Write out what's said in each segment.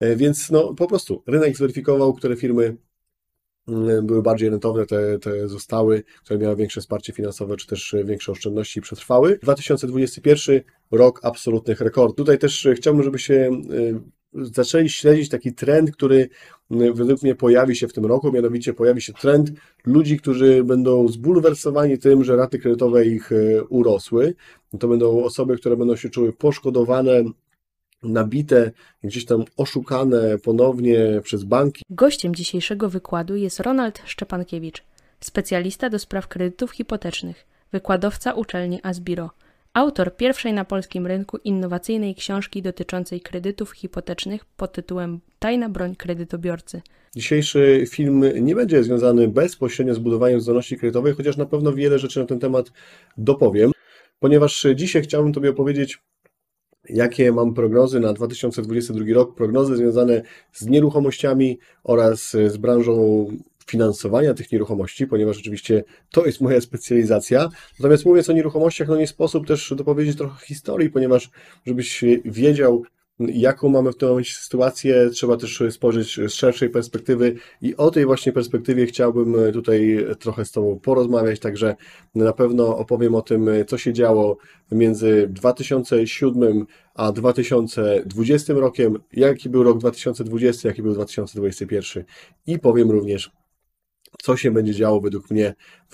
Więc no, po prostu rynek zweryfikował, które firmy były bardziej rentowne, te zostały, które miały większe wsparcie finansowe, czy też większe oszczędności i przetrwały. 2021 rok absolutnych rekordów. Tutaj też chciałbym, żebyście zaczęli śledzić taki trend, który według mnie pojawi się w tym roku, mianowicie pojawi się trend ludzi, którzy będą zbulwersowani tym, że raty kredytowe ich urosły. To będą osoby, które będą się czuły poszkodowane, nabite, gdzieś tam oszukane ponownie przez banki. Gościem dzisiejszego wykładu jest Ronald Szczepankiewicz, specjalista do spraw kredytów hipotecznych, wykładowca uczelni Asbiro, autor pierwszej na polskim rynku innowacyjnej książki dotyczącej kredytów hipotecznych pod tytułem Tajna broń kredytobiorcy. Dzisiejszy film nie będzie związany bezpośrednio z budowaniem zdolności kredytowej, chociaż na pewno wiele rzeczy na ten temat dopowiem, ponieważ dzisiaj chciałbym Tobie opowiedzieć, jakie mam prognozy na 2022 rok, prognozy związane z nieruchomościami oraz z branżą finansowania tych nieruchomości, ponieważ oczywiście to jest moja specjalizacja. Natomiast mówiąc o nieruchomościach, no nie sposób też dopowiedzieć trochę historii, ponieważ żebyś wiedział, jaką mamy w tym momencie sytuację, trzeba też spojrzeć z szerszej perspektywy i o tej właśnie perspektywie chciałbym tutaj trochę z Tobą porozmawiać, także na pewno opowiem o tym, co się działo między 2007 a 2020 rokiem, jaki był rok 2020, jaki był 2021 i powiem również, co się będzie działo według mnie w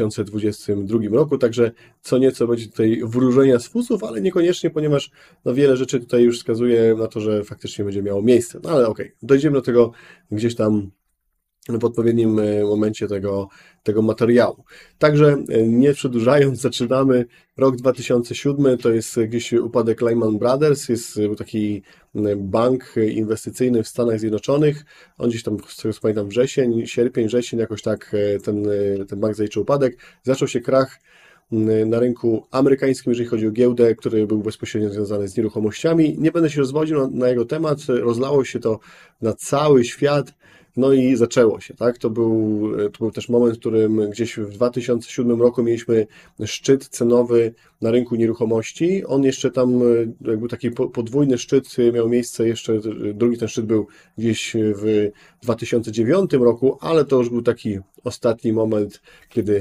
2022 roku, także co nieco będzie tutaj wróżenia z fusów, ale niekoniecznie, ponieważ no wiele rzeczy tutaj już wskazuje na to, że faktycznie będzie miało miejsce. No ale okej, dojdziemy do tego gdzieś tam w odpowiednim momencie tego materiału. Także nie przedłużając, zaczynamy. Rok 2007 to jest gdzieś upadek Lehman Brothers, był taki bank inwestycyjny w Stanach Zjednoczonych. On gdzieś tam, z tego co pamiętam, sierpień, wrzesień, jakoś tak ten bank zaliczył upadek. Zaczął się krach na rynku amerykańskim, jeżeli chodzi o giełdę, który był bezpośrednio związany z nieruchomościami. Nie będę się rozwodził na jego temat, rozlało się to na cały świat. No i zaczęło się, tak? To był też moment, w którym gdzieś w 2007 roku mieliśmy szczyt cenowy na rynku nieruchomości. On jeszcze tam, jakby taki podwójny szczyt miał miejsce, jeszcze drugi ten szczyt był gdzieś w 2009 roku, ale to już był taki ostatni moment, kiedy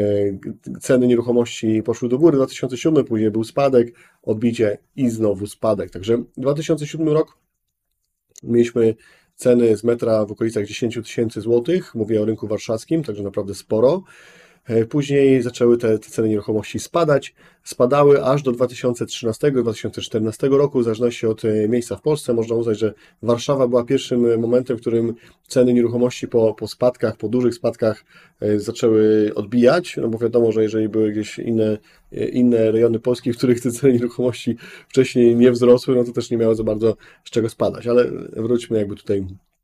ceny nieruchomości poszły do góry. 2007, później był spadek, odbicie i znowu spadek. Także 2007 rok mieliśmy ceny z metra w okolicach 10 tysięcy złotych, mówię o rynku warszawskim, także naprawdę sporo. Później zaczęły te ceny nieruchomości spadać, spadały aż do 2013-2014 roku, w zależności od miejsca w Polsce. Można uznać, że Warszawa była pierwszym momentem, w którym ceny nieruchomości po spadkach, po dużych spadkach zaczęły odbijać, no bo wiadomo, że jeżeli były gdzieś inne rejony Polski, w których te ceny nieruchomości wcześniej nie wzrosły, no to też nie miały za bardzo z czego spadać, ale wróćmy jakby tutaj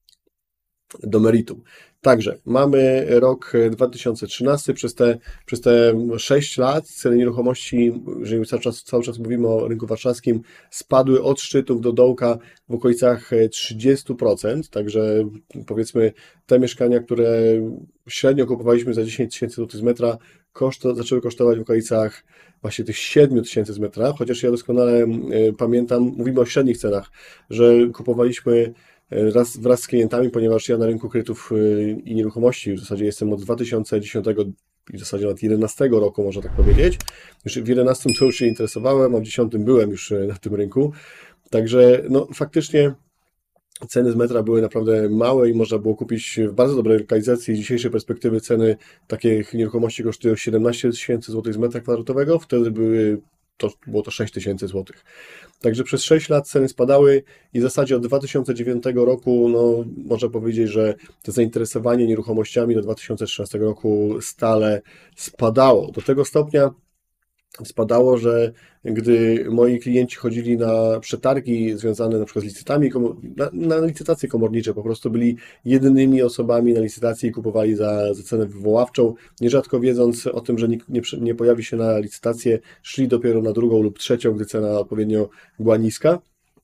do meritum. Także mamy rok 2013, przez te 6 lat ceny nieruchomości, jeżeli cały czas mówimy o rynku warszawskim, spadły od szczytów do dołka w okolicach 30%, także powiedzmy te mieszkania, które średnio kupowaliśmy za 10 tysięcy złotych z metra, zaczęły kosztować w okolicach właśnie tych 7 tysięcy z metra, chociaż ja doskonale pamiętam, mówimy o średnich cenach, że kupowaliśmy wraz z klientami, ponieważ ja na rynku kredytów i nieruchomości w zasadzie jestem od 2010 i w zasadzie od 2011 roku, można tak powiedzieć. Już w 2011 to już się interesowałem, a w 2010 byłem już na tym rynku. Także no, faktycznie ceny z metra były naprawdę małe i można było kupić w bardzo dobrej lokalizacji. Z dzisiejszej perspektywy ceny takich nieruchomości kosztują 17 tysięcy złotych z metra kwadratowego. Wtedy było to 6 tysięcy złotych. Także przez 6 lat ceny spadały i w zasadzie od 2009 roku, no, można powiedzieć, że to zainteresowanie nieruchomościami do 2013 roku stale spadało. Do tego stopnia spadało, że gdy moi klienci chodzili na przetargi związane na przykład z licytami, na licytacje komornicze, po prostu byli jedynymi osobami na licytacji i kupowali za cenę wywoławczą, nierzadko wiedząc o tym, że nikt nie pojawi się na licytację, szli dopiero na drugą lub trzecią, gdy cena odpowiednio była niska.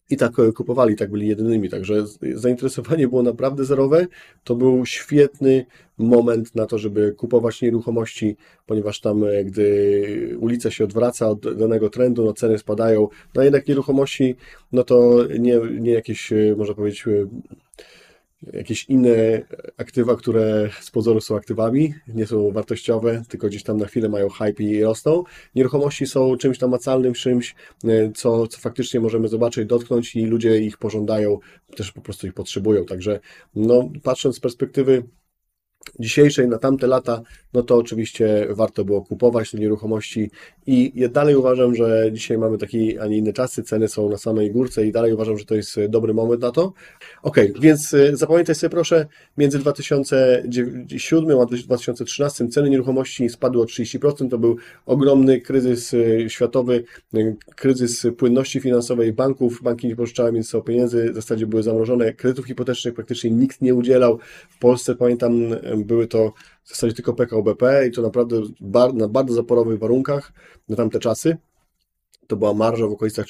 i tak kupowali, tak byli jedynymi, także zainteresowanie było naprawdę zerowe. To był świetny moment na to, żeby kupować nieruchomości, ponieważ tam, gdy ulica się odwraca od danego trendu, no ceny spadają, no jednak nieruchomości, no to nie jakieś, można powiedzieć, jakieś inne aktywa, które z pozoru są aktywami, nie są wartościowe, tylko gdzieś tam na chwilę mają hype i rosną. Nieruchomości są czymś namacalnym, czymś, co faktycznie możemy zobaczyć, dotknąć i ludzie ich pożądają, też po prostu ich potrzebują. Także no, patrząc z perspektywy dzisiejszej na tamte lata, no to oczywiście warto było kupować te nieruchomości i ja dalej uważam, że dzisiaj mamy takie, a nie inne czasy, ceny są na samej górce i dalej uważam, że to jest dobry moment na to. Ok, więc zapamiętaj sobie proszę, między 2007 a 2013 ceny nieruchomości spadły o 30%, to był ogromny kryzys światowy, kryzys płynności finansowej banków, banki nie pożyczały między sobą pieniędzy, w zasadzie były zamrożone, kredytów hipotecznych praktycznie nikt nie udzielał, w Polsce pamiętam były to w zasadzie tylko PKO BP i to naprawdę na bardzo zaporowych warunkach na tamte czasy. To była marża w okolicach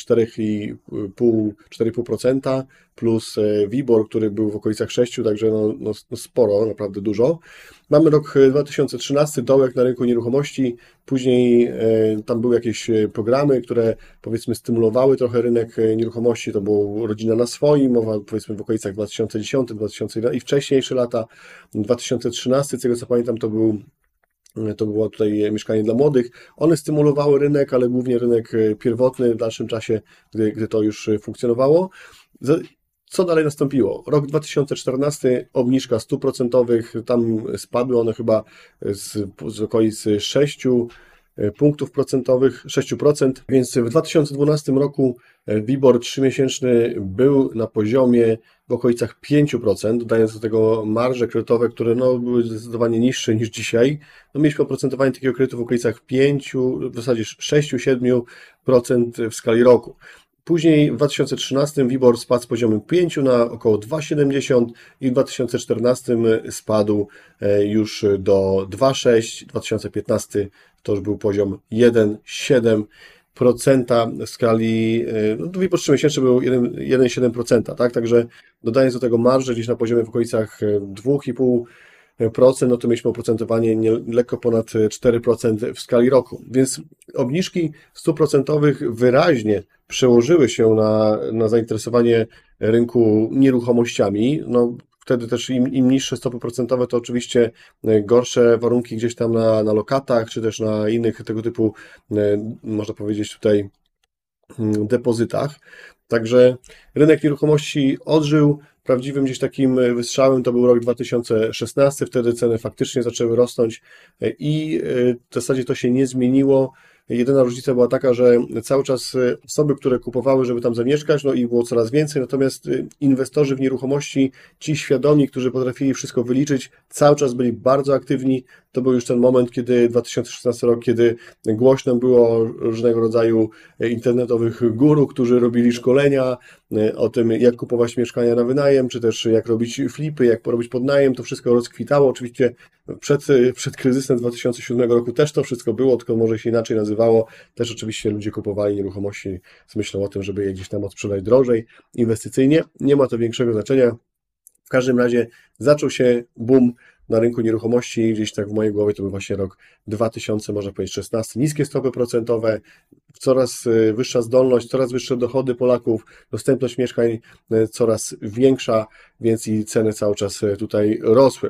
4,5% plus WIBOR, który był w okolicach 6%, także no sporo, naprawdę dużo. Mamy rok 2013, dołek na rynku nieruchomości, później tam były jakieś programy, które powiedzmy stymulowały trochę rynek nieruchomości, to było Rodzina na swoim, mowa powiedzmy w okolicach 2010, 2011 i wcześniejsze lata. 2013, z tego co pamiętam, to było tutaj mieszkanie dla młodych. One stymulowały rynek, ale głównie rynek pierwotny w dalszym czasie, gdy to już funkcjonowało. Co dalej nastąpiło? Rok 2014, obniżka stóp procentowych, tam spadły one chyba z okolicy 6 punktów procentowych, 6%, więc w 2012 roku WIBOR 3-miesięczny był na poziomie w okolicach 5%, dodając do tego marże kredytowe, które no, były zdecydowanie niższe niż dzisiaj. No, mieliśmy oprocentowanie takiego kredytu w okolicach 5, w zasadzie 6-7% w skali roku. Później w 2013 WIBOR spadł z poziomu 5 na około 2,70 i w 2014 spadł już do 2,6, 2015 to już był poziom 1,7% w skali, no WIBOR 3-miesięczny był 1,7%, tak? Także dodając do tego marżę gdzieś na poziomie w okolicach 2,5%, no to mieliśmy oprocentowanie lekko ponad 4% w skali roku. Więc obniżki stóp procentowych wyraźnie przełożyły się na zainteresowanie rynku nieruchomościami. No, wtedy też im niższe stopy procentowe, to oczywiście gorsze warunki gdzieś tam na lokatach, czy też na innych tego typu, można powiedzieć tutaj, depozytach. Także rynek nieruchomości odżył. Prawdziwym gdzieś takim wystrzałem to był rok 2016, wtedy ceny faktycznie zaczęły rosnąć i w zasadzie to się nie zmieniło. Jedyna różnica była taka, że cały czas osoby, które kupowały, żeby tam zamieszkać, no i było coraz więcej, natomiast inwestorzy w nieruchomości, ci świadomi, którzy potrafili wszystko wyliczyć, cały czas byli bardzo aktywni. To był już ten moment, kiedy 2016 rok, kiedy głośno było różnego rodzaju internetowych guru, którzy robili szkolenia o tym, jak kupować mieszkania na wynajem, czy też jak robić flipy, jak porobić podnajem. To wszystko rozkwitało. Oczywiście przed kryzysem 2007 roku też to wszystko było, tylko może się inaczej nazywało. Też oczywiście ludzie kupowali nieruchomości z myślą o tym, żeby je gdzieś tam odsprzedać drożej, inwestycyjnie. Nie ma to większego znaczenia. W każdym razie zaczął się boom na rynku nieruchomości, gdzieś tak w mojej głowie to był właśnie rok 2000, można powiedzieć 16, niskie stopy procentowe, coraz wyższa zdolność, coraz wyższe dochody Polaków, dostępność mieszkań coraz większa, więc i ceny cały czas tutaj rosły.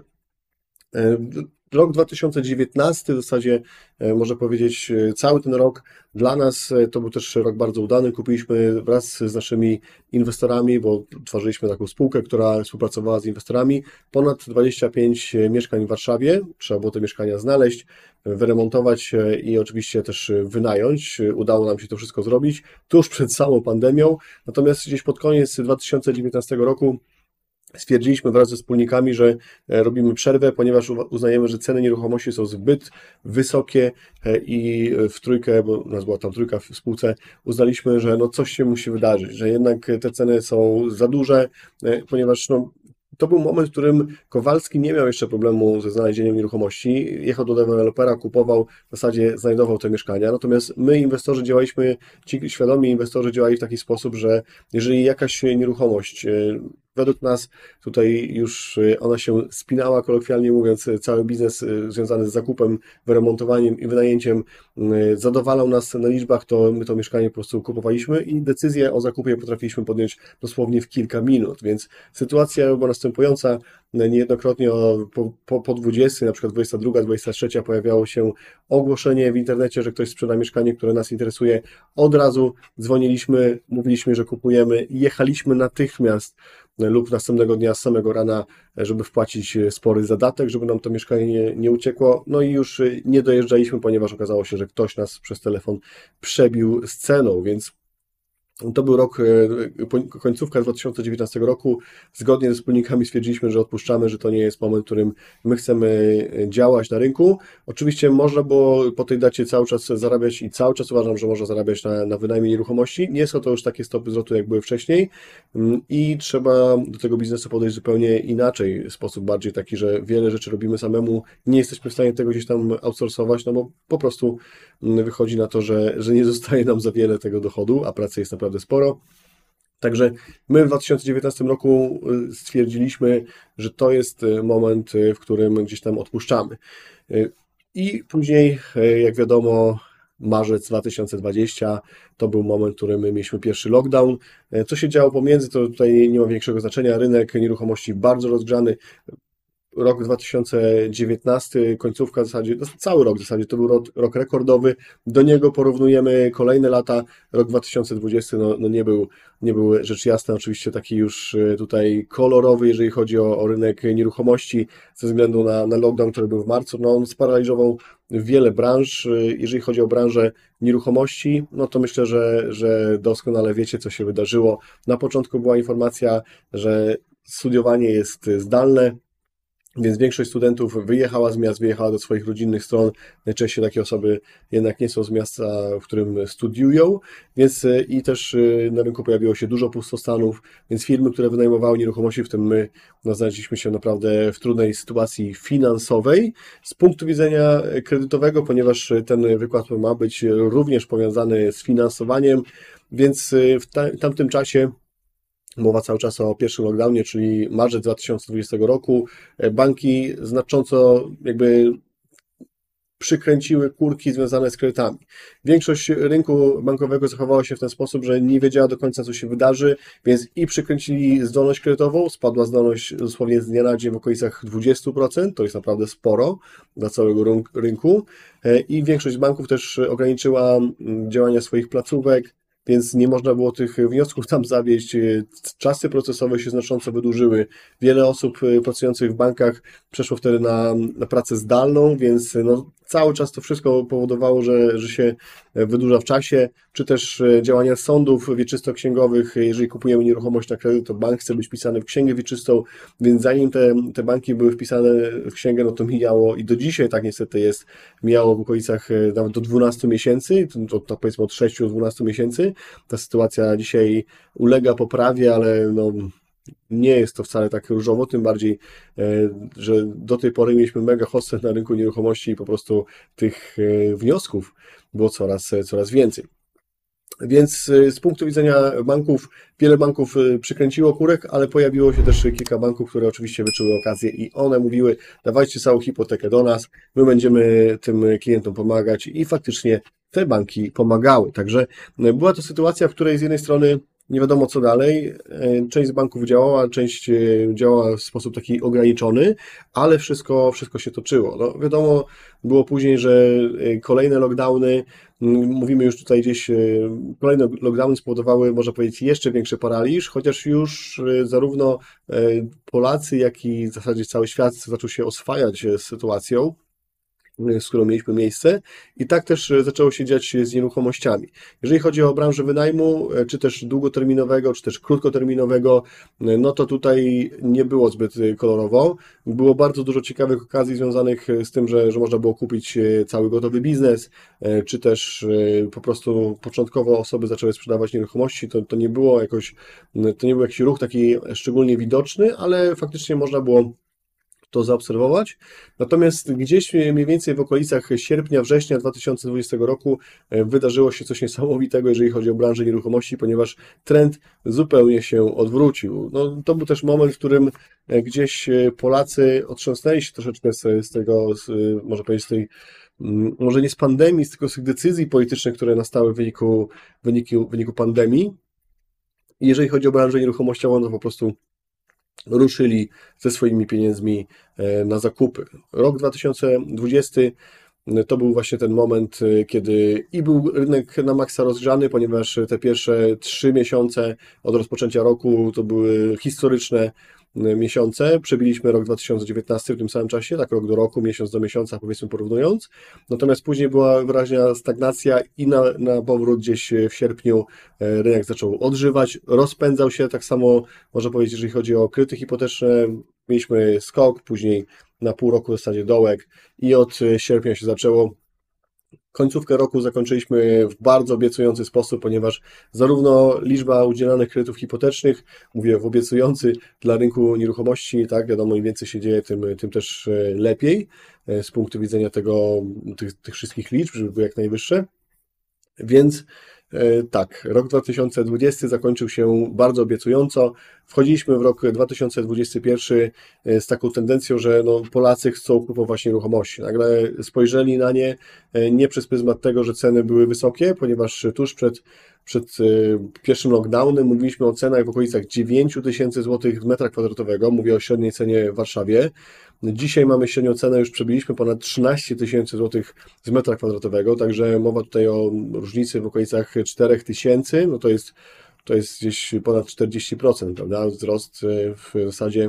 Rok 2019, w zasadzie można powiedzieć cały ten rok dla nas to był też rok bardzo udany. Kupiliśmy wraz z naszymi inwestorami, bo tworzyliśmy taką spółkę, która współpracowała z inwestorami, ponad 25 mieszkań w Warszawie. Trzeba było te mieszkania znaleźć, wyremontować i oczywiście też wynająć. Udało nam się to wszystko zrobić tuż przed samą pandemią. Natomiast gdzieś pod koniec 2019 roku stwierdziliśmy wraz ze wspólnikami, że robimy przerwę, ponieważ uznajemy, że ceny nieruchomości są zbyt wysokie i w trójkę, bo u nas była tam trójka w spółce, uznaliśmy, że no coś się musi wydarzyć, że jednak te ceny są za duże, ponieważ no, to był moment, w którym Kowalski nie miał jeszcze problemu ze znalezieniem nieruchomości. Jechał do dewelopera, kupował, w zasadzie znajdował te mieszkania. Natomiast my, inwestorzy, działaliśmy, ci świadomi inwestorzy działali w taki sposób, że jeżeli jakaś nieruchomość, według nas tutaj już ona się spinała, kolokwialnie mówiąc, cały biznes związany z zakupem, wyremontowaniem i wynajęciem zadowalał nas na liczbach, to my to mieszkanie po prostu kupowaliśmy i decyzję o zakupie potrafiliśmy podjąć dosłownie w kilka minut, więc sytuacja była następująca. Niejednokrotnie po 20, na przykład 22, 23 pojawiało się ogłoszenie w internecie, że ktoś sprzeda mieszkanie, które nas interesuje. Od razu dzwoniliśmy, mówiliśmy, że kupujemy, jechaliśmy natychmiast lub następnego dnia z samego rana, żeby wpłacić spory zadatek, żeby nam to mieszkanie nie uciekło. No i już nie dojeżdżaliśmy, ponieważ okazało się, że ktoś nas przez telefon przebił z ceną, więc to był rok, końcówka 2019 roku. Zgodnie ze wspólnikami stwierdziliśmy, że odpuszczamy, że to nie jest moment, w którym my chcemy działać na rynku. Oczywiście można było po tej dacie cały czas zarabiać i cały czas uważam, że można zarabiać na wynajmie nieruchomości. Nie są to już takie stopy zwrotu, jak były wcześniej i trzeba do tego biznesu podejść zupełnie inaczej, w sposób bardziej taki, że wiele rzeczy robimy samemu, nie jesteśmy w stanie tego gdzieś tam outsourcować, no bo po prostu wychodzi na to, że nie zostaje nam za wiele tego dochodu, a pracy jest naprawdę sporo. Także my w 2019 roku stwierdziliśmy, że to jest moment, w którym gdzieś tam odpuszczamy. I później, jak wiadomo, marzec 2020 to był moment, w którym mieliśmy pierwszy lockdown. Co się działo pomiędzy, to tutaj nie ma większego znaczenia. Rynek nieruchomości bardzo rozgrzany. Rok 2019, końcówka w zasadzie, cały rok w zasadzie to był rok rekordowy. Do niego porównujemy kolejne lata. Rok 2020 nie był rzecz jasna oczywiście taki już tutaj kolorowy, jeżeli chodzi o rynek nieruchomości, ze względu na lockdown, który był w marcu. No, on sparaliżował wiele branż. Jeżeli chodzi o branżę nieruchomości, no to myślę, że doskonale wiecie, co się wydarzyło. Na początku była informacja, że studiowanie jest zdalne, więc większość studentów wyjechała z miast, wyjechała do swoich rodzinnych stron. Najczęściej takie osoby jednak nie są z miasta, w którym studiują, więc i też na rynku pojawiło się dużo pustostanów, więc firmy, które wynajmowały nieruchomości, w tym my, no, znaleźliśmy się naprawdę w trudnej sytuacji finansowej. Z punktu widzenia kredytowego, ponieważ ten wykład ma być również powiązany z finansowaniem, więc w tamtym czasie mowa cały czas o pierwszym lockdownie, czyli marzec 2020 roku. Banki znacząco przykręciły kurki związane z kredytami. Większość rynku bankowego zachowała się w ten sposób, że nie wiedziała do końca, co się wydarzy, więc i przykręcili zdolność kredytową, spadła zdolność dosłownie z dnia na dzień w okolicach 20%, to jest naprawdę sporo dla całego rynku, i większość banków też ograniczyła działania swoich placówek, więc nie można było tych wniosków tam zawieść. Czasy procesowe się znacząco wydłużyły. Wiele osób pracujących w bankach przeszło wtedy na pracę zdalną, więc no, cały czas to wszystko powodowało, że się wydłuża w czasie, czy też działania sądów wieczysto-księgowych. Jeżeli kupujemy nieruchomość na kredyt, to bank chce być wpisany w księgę wieczystą, więc zanim te banki były wpisane w księgę, no to mijało, i do dzisiaj tak niestety jest, mijało w okolicach nawet do 12 miesięcy, to powiedzmy od 6 do 12 miesięcy. Ta sytuacja dzisiaj ulega poprawie, ale no, nie jest to wcale tak różowo, tym bardziej, że do tej pory mieliśmy mega hostel na rynku nieruchomości i po prostu tych wniosków było coraz więcej. Więc z punktu widzenia banków, wiele banków przykręciło kurek, ale pojawiło się też kilka banków, które oczywiście wyczuły okazję i one mówiły: dawajcie całą hipotekę do nas, my będziemy tym klientom pomagać, i faktycznie te banki pomagały. Także była to sytuacja, w której z jednej strony nie wiadomo co dalej, część z banków działała, część działała w sposób taki ograniczony, ale wszystko się toczyło. No, wiadomo było później, że kolejne lockdowny, mówimy już tutaj gdzieś, kolejne lockdowny spowodowały, można powiedzieć, jeszcze większy paraliż, chociaż już zarówno Polacy, jak i w zasadzie cały świat zaczął się oswajać z sytuacją. z którą mieliśmy miejsce i tak też zaczęło się dziać z nieruchomościami. Jeżeli chodzi o branżę wynajmu, czy też długoterminowego, czy też krótkoterminowego, no to tutaj nie było zbyt kolorowo. Było bardzo dużo ciekawych okazji związanych z tym, że można było kupić cały gotowy biznes, czy też po prostu początkowo osoby zaczęły sprzedawać nieruchomości. To nie było to nie był jakiś ruch taki szczególnie widoczny, ale faktycznie można było to zaobserwować. Natomiast gdzieś mniej więcej w okolicach sierpnia, września 2020 roku wydarzyło się coś niesamowitego, jeżeli chodzi o branżę nieruchomości, ponieważ trend zupełnie się odwrócił. No, to był też moment, w którym gdzieś Polacy otrząsnęli się troszeczkę z tego, można powiedzieć, może nie z pandemii, tylko z tych decyzji politycznych, które nastały w wyniku pandemii. I jeżeli chodzi o branżę nieruchomościową, to po prostu ruszyli ze swoimi pieniędzmi na zakupy. Rok 2020 to był właśnie ten moment, kiedy i był rynek na maksa rozgrzany, ponieważ te pierwsze 3 miesiące od rozpoczęcia roku to były historyczne miesiące. Przebiliśmy rok 2019 w tym samym czasie, tak rok do roku, miesiąc do miesiąca, powiedzmy porównując. Natomiast później była wyraźna stagnacja i na powrót gdzieś w sierpniu rynek zaczął odżywać, rozpędzał się, tak samo można powiedzieć, jeżeli chodzi o kredyty hipoteczne, mieliśmy skok, później na pół roku w zasadzie dołek i od sierpnia się zaczęło. Końcówkę roku zakończyliśmy w bardzo obiecujący sposób, ponieważ zarówno liczba udzielanych kredytów hipotecznych, mówię w obiecujący dla rynku nieruchomości, tak, wiadomo, im więcej się dzieje, tym też lepiej z punktu widzenia tych wszystkich liczb, żeby były jak najwyższe. Więc tak, rok 2020 zakończył się bardzo obiecująco. Wchodziliśmy w rok 2021 z taką tendencją, że no, Polacy chcą kupować nieruchomości. Nagle spojrzeli na nie nie przez pryzmat tego, że ceny były wysokie, ponieważ tuż przed pierwszym lockdownem mówiliśmy o cenach w okolicach 9 tysięcy złotych z metra kwadratowego. Mówię o średniej cenie w Warszawie. Dzisiaj mamy średnią cenę, już przebiliśmy ponad 13 tysięcy złotych z metra kwadratowego, także mowa tutaj o różnicy w okolicach 4 tysięcy, no to jest gdzieś ponad 40%, prawda? Wzrost w zasadzie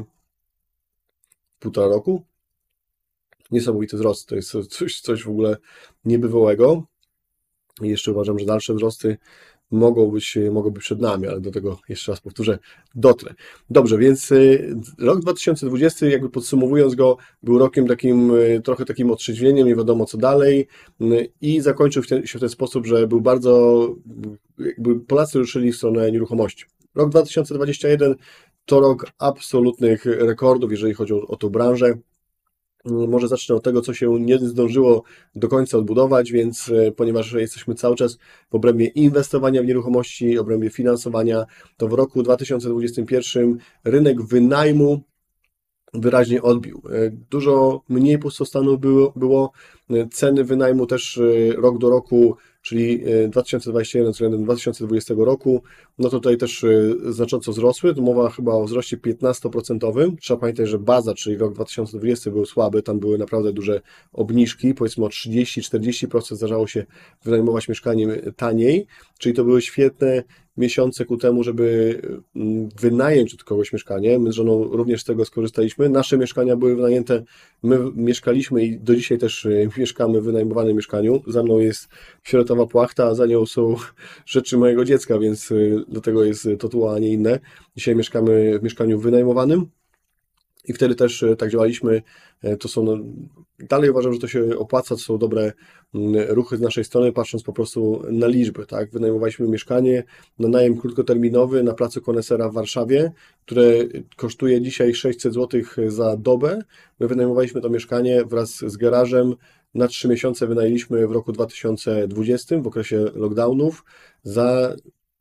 półtora roku. Niesamowity wzrost, to jest coś w ogóle niebywałego. I jeszcze uważam, że dalsze wzrosty mogą być przed nami, ale do tego jeszcze raz powtórzę, dotrę. Dobrze, więc rok 2020, jakby podsumowując go, był rokiem trochę takim otrzeźwieniem, nie wiadomo co dalej i zakończył się w ten sposób, że był jakby Polacy ruszyli w stronę nieruchomości. Rok 2021 to rok absolutnych rekordów, jeżeli chodzi o tą branżę. Może zacznę od tego, co się nie zdążyło do końca odbudować, więc ponieważ jesteśmy cały czas w obrębie inwestowania w nieruchomości, w obrębie finansowania, to w roku 2021 rynek wynajmu wyraźnie odbił. Dużo mniej pustostanu było, ceny wynajmu też rok do roku, czyli 2021 względem 2020 roku, no to tutaj też znacząco wzrosły, to mowa chyba o wzroście 15%. Trzeba pamiętać, że baza, czyli rok 2020 był słaby, tam były naprawdę duże obniżki, powiedzmy o 30-40% zdarzało się wynajmować mieszkanie taniej, czyli to były świetne miesiące ku temu, żeby wynająć od kogoś mieszkanie. My z żoną również z tego skorzystaliśmy. Nasze mieszkania były wynajęte, my mieszkaliśmy i do dzisiaj też mieszkamy w wynajmowanym mieszkaniu. Za mną jest fioletowa płachta, a za nią są rzeczy mojego dziecka, więc dlatego jest to tło, a nie inne. Dzisiaj mieszkamy w mieszkaniu wynajmowanym. I wtedy też tak działaliśmy. To są, dalej uważam, że to się opłaca, to są dobre ruchy z naszej strony, patrząc po prostu na liczby. Tak? Wynajmowaliśmy mieszkanie na najem krótkoterminowy na placu Konesera w Warszawie, które kosztuje dzisiaj 600 zł za dobę. My wynajmowaliśmy to mieszkanie wraz z garażem. Na 3 miesiące wynajęliśmy w roku 2020, w okresie lockdownów, za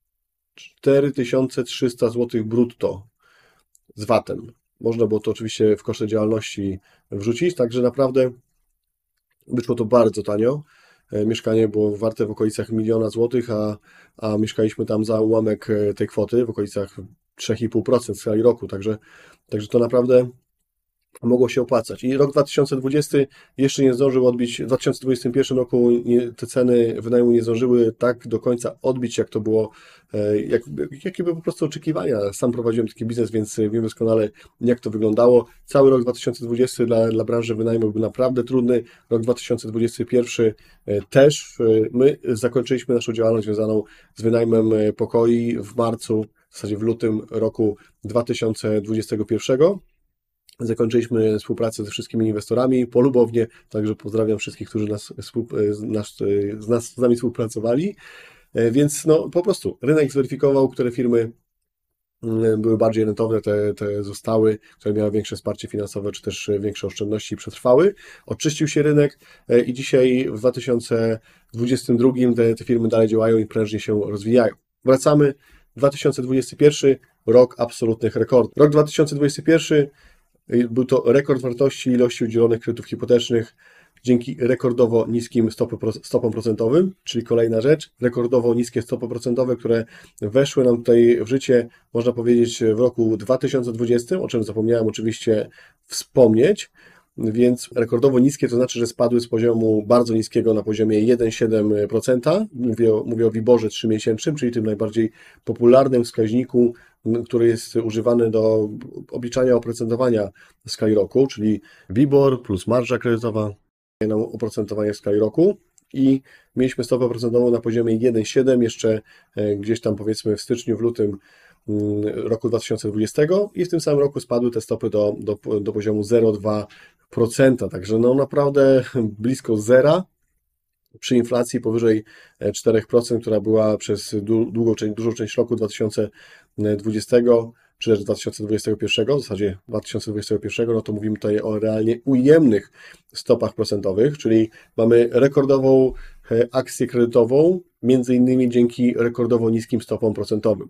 4300 zł brutto z VAT-em. Można było to oczywiście w koszty działalności wrzucić, także naprawdę wyszło to bardzo tanio. Mieszkanie było warte w okolicach 1 000 000 złotych, a mieszkaliśmy tam za ułamek tej kwoty, w okolicach 3,5% w skali roku, także to naprawdę mogło się opłacać. I rok 2020 jeszcze nie zdążył odbić, w 2021 roku te ceny wynajmu nie zdążyły tak do końca odbić, jak to było, jakie były po prostu oczekiwania. Sam prowadziłem taki biznes, więc wiem doskonale, jak to wyglądało. Cały rok 2020 dla branży wynajmu był naprawdę trudny. Rok 2021 też. My zakończyliśmy naszą działalność związaną z wynajmem pokoi w marcu, w zasadzie w lutym roku 2021. Zakończyliśmy współpracę ze wszystkimi inwestorami polubownie, także pozdrawiam wszystkich, którzy z nami współpracowali. Więc no, po prostu rynek zweryfikował, które firmy były bardziej rentowne, te zostały, które miały większe wsparcie finansowe, czy też większe oszczędności przetrwały. Oczyścił się rynek i dzisiaj w 2022 te firmy dalej działają i prężnie się rozwijają. Wracamy. 2021 rok absolutnych rekordów. Rok 2021 był to rekord wartości ilości udzielonych kredytów hipotecznych dzięki rekordowo niskim stopom procentowym, czyli kolejna rzecz, rekordowo niskie stopy procentowe, które weszły nam tutaj w życie, można powiedzieć, w roku 2020, o czym zapomniałem oczywiście wspomnieć, więc rekordowo niskie to znaczy, że spadły z poziomu bardzo niskiego na poziomie 1,7%. Mówię o WIBOR-ze 3-miesięcznym, czyli tym najbardziej popularnym wskaźniku, który jest używany do obliczania oprocentowania w skali roku, czyli WIBOR plus marża kredytowa, oprocentowanie w skali roku. I mieliśmy stopę procentową na poziomie 1,7 jeszcze gdzieś tam powiedzmy w styczniu, w lutym roku 2020 i w tym samym roku spadły te stopy do poziomu 0,2%, także no naprawdę blisko zera przy inflacji powyżej 4%, która była przez dużą część roku 2020 czy też 2021, w zasadzie 2021, no to mówimy tutaj o realnie ujemnych stopach procentowych, czyli mamy rekordową akcję kredytową, między innymi dzięki rekordowo niskim stopom procentowym.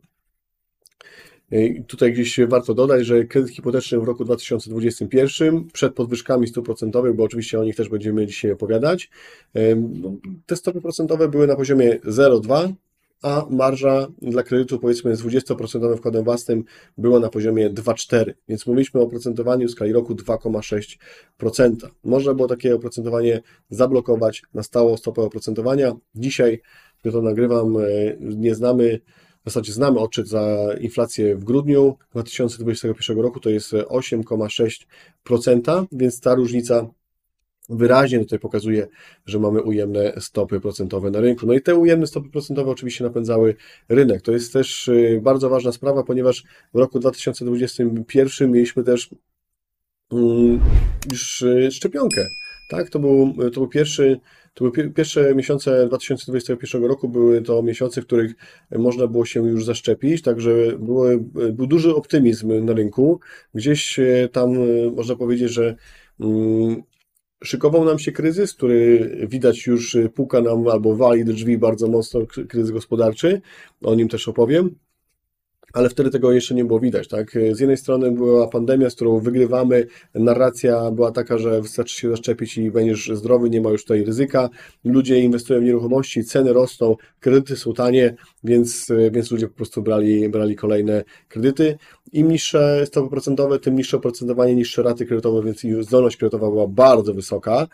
I tutaj gdzieś warto dodać, że kredyt hipoteczny w roku 2021 przed podwyżkami stóp procentowych, bo oczywiście o nich też będziemy dzisiaj opowiadać, te stopy procentowe były na poziomie 0,2, a marża dla kredytu powiedzmy z 20% wkładem własnym była na poziomie 2,4, więc mówiliśmy o oprocentowaniu w skali roku 2,6%. Można było takie oprocentowanie zablokować na stałą stopę oprocentowania. Dzisiaj, gdy to nagrywam, nie znamy, w zasadzie znamy odczyt za inflację w grudniu 2021 roku, to jest 8,6%, więc ta różnica wyraźnie tutaj pokazuje, że mamy ujemne stopy procentowe na rynku. No i te ujemne stopy procentowe oczywiście napędzały rynek. To jest też bardzo ważna sprawa, ponieważ w roku 2021 mieliśmy też już szczepionkę. Tak? To były pierwsze miesiące 2021 roku, były to miesiące, w których można było się już zaszczepić, także był duży optymizm na rynku. Gdzieś tam można powiedzieć, że szykował nam się kryzys, który widać już puka nam albo wali do drzwi bardzo mocno, kryzys gospodarczy, o nim też opowiem. Ale wtedy tego jeszcze nie było widać, tak? Z jednej strony była pandemia, z którą wygrywamy, narracja była taka, że wystarczy się zaszczepić i będziesz zdrowy, nie ma już tutaj ryzyka. Ludzie inwestują w nieruchomości, ceny rosną, kredyty są tanie, więc ludzie po prostu brali kolejne kredyty. Im niższe stopy procentowe, tym niższe oprocentowanie, niższe raty kredytowe, więc i zdolność kredytowa była bardzo wysoka.